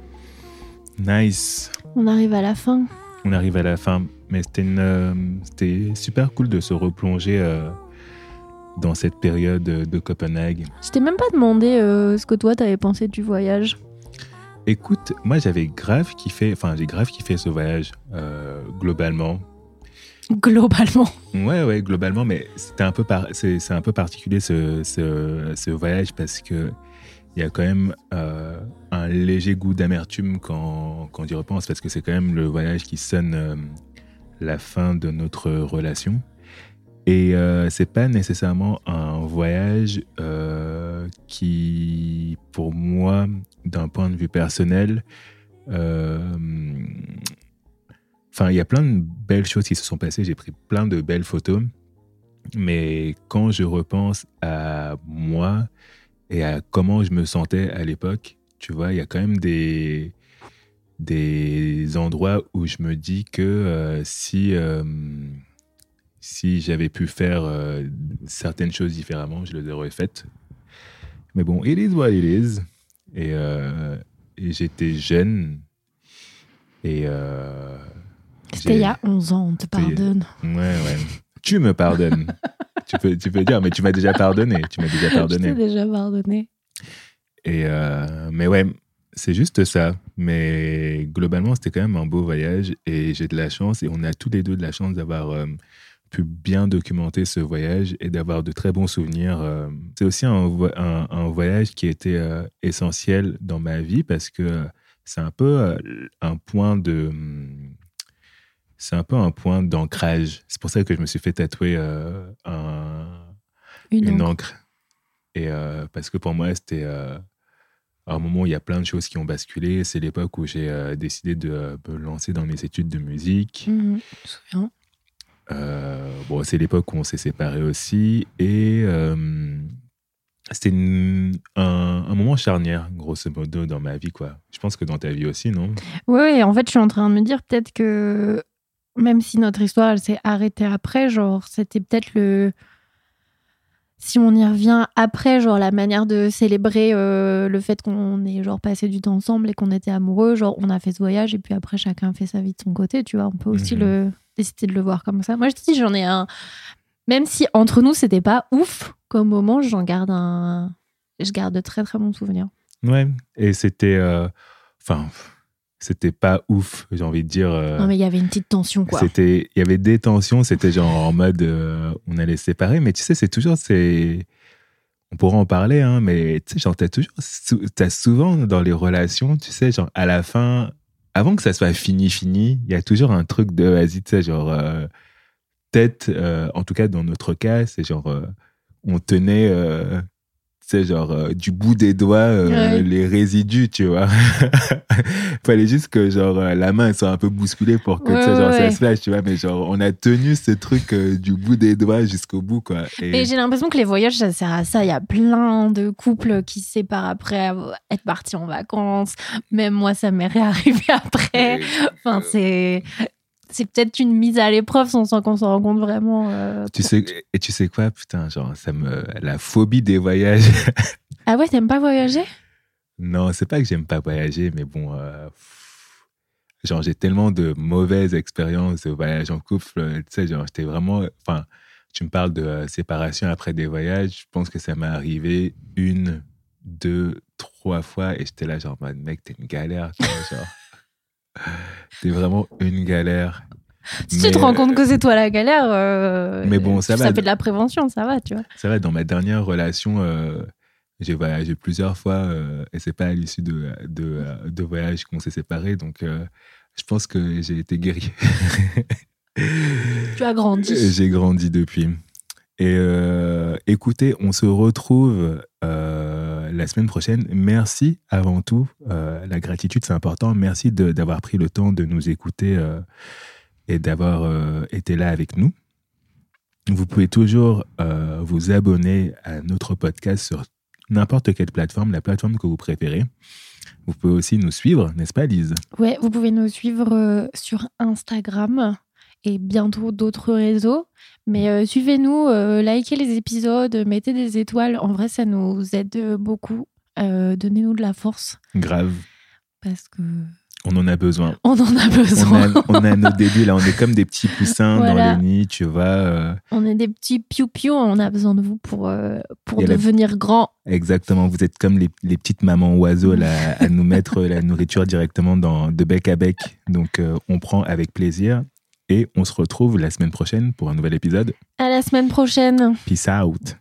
Nice. On arrive à la fin. On arrive à la fin, mais c'était, une, euh, c'était super cool de se replonger euh, dans cette période de Copenhague. Je t'ai même pas demandé euh, ce que toi t'avais pensé du voyage. Écoute, moi j'avais grave kiffé, enfin j'ai grave kiffé ce voyage euh, globalement. Globalement. Ouais, ouais, globalement, mais c'était un peu par... c'est, c'est un peu particulier ce, ce, ce voyage parce que il y a quand même euh, un léger goût d'amertume quand, quand on y repense parce que c'est quand même le voyage qui sonne euh, la fin de notre relation. Et euh, c'est pas nécessairement un voyage euh, qui, pour moi, d'un point de vue personnel, euh, enfin, il y a plein de belles choses qui se sont passées. J'ai pris plein de belles photos, mais quand je repense à moi et à comment je me sentais à l'époque, tu vois, il y a quand même des des endroits où je me dis que euh, si euh, si j'avais pu faire euh, certaines choses différemment, je les aurais faites. Mais bon, it is what it is. Et, euh, et j'étais jeune. Et euh, C'était j'ai- il y a onze ans, on te pardonne. Ouais, ouais. Tu me pardonnes. tu, peux, tu peux dire, mais tu m'as déjà pardonné. Tu m'as déjà Je pardonné. t'ai déjà pardonné. Et euh, mais ouais, c'est juste ça. Mais globalement, c'était quand même un beau voyage et j'ai de la chance et on a tous les deux de la chance d'avoir euh, pu bien documenter ce voyage et d'avoir de très bons souvenirs. euh. C'est aussi un, vo- un, un voyage qui était euh, essentiel dans ma vie parce que c'est un peu euh, un point de... hum, C'est un peu un point d'ancrage. C'est pour ça que je me suis fait tatouer euh, un- Une, une encre. encre. Et euh, parce que pour moi, c'était euh, à un moment où il y a plein de choses qui ont basculé. C'est l'époque où j'ai euh, décidé de euh, me lancer dans mes études de musique. Mhm, je me souviens. Euh, bon, c'est l'époque où on s'est séparés aussi. Et euh, c'était une- un, un moment charnière, grosso modo, dans ma vie, quoi. Je pense que dans ta vie aussi, non? Ouais, en fait, je suis en train de me dire peut-être que même si notre histoire, elle s'est arrêtée après, genre, c'était peut-être le... Si on y revient après, genre, la manière de célébrer euh, le fait qu'on ait, genre, passé du temps ensemble et qu'on était amoureux, genre, on a fait ce voyage et puis après, chacun fait sa vie de son côté, tu vois. On peut aussi Mhm. le... décider de le voir comme ça. Moi, je te dis, j'en ai un... Même si entre nous, c'était pas ouf comme moment, j'en garde un... Je garde de très, très bons souvenirs. Ouais. Et c'était... euh, Enfin, c'était pas ouf, j'ai envie de dire. euh, Non, mais il y avait une petite tension, quoi. C'était, il y avait des tensions, c'était genre en mode euh, on allait se séparer, mais tu sais, c'est toujours, c'est, on pourra en parler, hein, mais tu sais, genre, t'as toujours, sou- t'as souvent dans les relations, tu sais, genre à la fin, avant que ça soit fini, fini, il y a toujours un truc de, vas-y, tu sais, genre, euh, peut-être, euh, en tout cas dans notre cas, c'est genre, euh, on tenait, euh, tu sais, genre, euh, du bout des doigts, euh, Ouais. les résidus, tu vois. Fallait juste que, genre, euh, la main elle soit un peu bousculée pour que, Ouais, tu sais, genre, ouais, ça ouais. se lâche, tu vois. Mais, genre, on a tenu ce truc euh, du bout des doigts jusqu'au bout, quoi. Et, Mais j'ai l'impression que les voyages, ça sert à ça. Il y a plein de couples qui se séparent après avoir- être partis en vacances. Même moi, ça m'est réarrivé après. Enfin, c'est... C'est peut-être une mise à l'épreuve sans sans qu'on s'en rende compte vraiment. euh, tu pour- sais, et tu sais quoi, putain, genre, ça me, la phobie des voyages. Ah ouais, t'aimes pas voyager? Non, c'est pas que j'aime pas voyager, mais bon, euh, pff, genre, j'ai tellement de mauvaises expériences de voyage en couple, euh, tu sais, genre, j'étais vraiment, enfin, tu me parles de euh, séparation après des voyages, je pense que ça m'est arrivé une, deux, trois fois, et j'étais là, genre, en mode, mec, t'es une galère, tu vois, genre, t'es vraiment une galère. Si Mais, tu te rends compte euh, que c'est toi la galère, euh, Mais bon, ça ça va. fait de la prévention, ça va, tu vois. Ça va, dans ma dernière relation, euh, j'ai voyagé plusieurs fois euh, et c'est pas à l'issue de, de, de voyages qu'on s'est séparés. Donc, euh, je pense que j'ai été guéri. Tu as grandi. J'ai grandi depuis. Et euh, écoutez, on se retrouve euh, la semaine prochaine. Merci avant tout. Euh, la gratitude, c'est important. Merci de- d'avoir pris le temps de nous écouter euh, et d'avoir euh, été là avec nous. Vous pouvez toujours euh, vous abonner à notre podcast sur n'importe quelle plateforme, la plateforme que vous préférez. Vous pouvez aussi nous suivre, n'est-ce pas, Lise? Ouais, vous pouvez nous suivre euh, sur Instagram et bientôt d'autres réseaux. Mais euh, suivez-nous, euh, likez les épisodes, mettez des étoiles. En vrai, ça nous aide euh, beaucoup. Euh, Donnez-nous de la force Grave, parce que on en a besoin. on en a On besoin. a, on a nos débuts, là, on est comme des petits poussins Voilà. dans le nid, tu vois. euh, On est des petits piou-piou, on a besoin de vous pour, euh, pour Il y a la- devenir grand. exactement, vous êtes comme les, les petites mamans oiseaux là, à nous mettre la nourriture directement dans, de bec à bec. Donc, euh, on prend avec plaisir. Et on se retrouve la semaine prochaine pour un nouvel épisode. À la semaine prochaine. Peace out.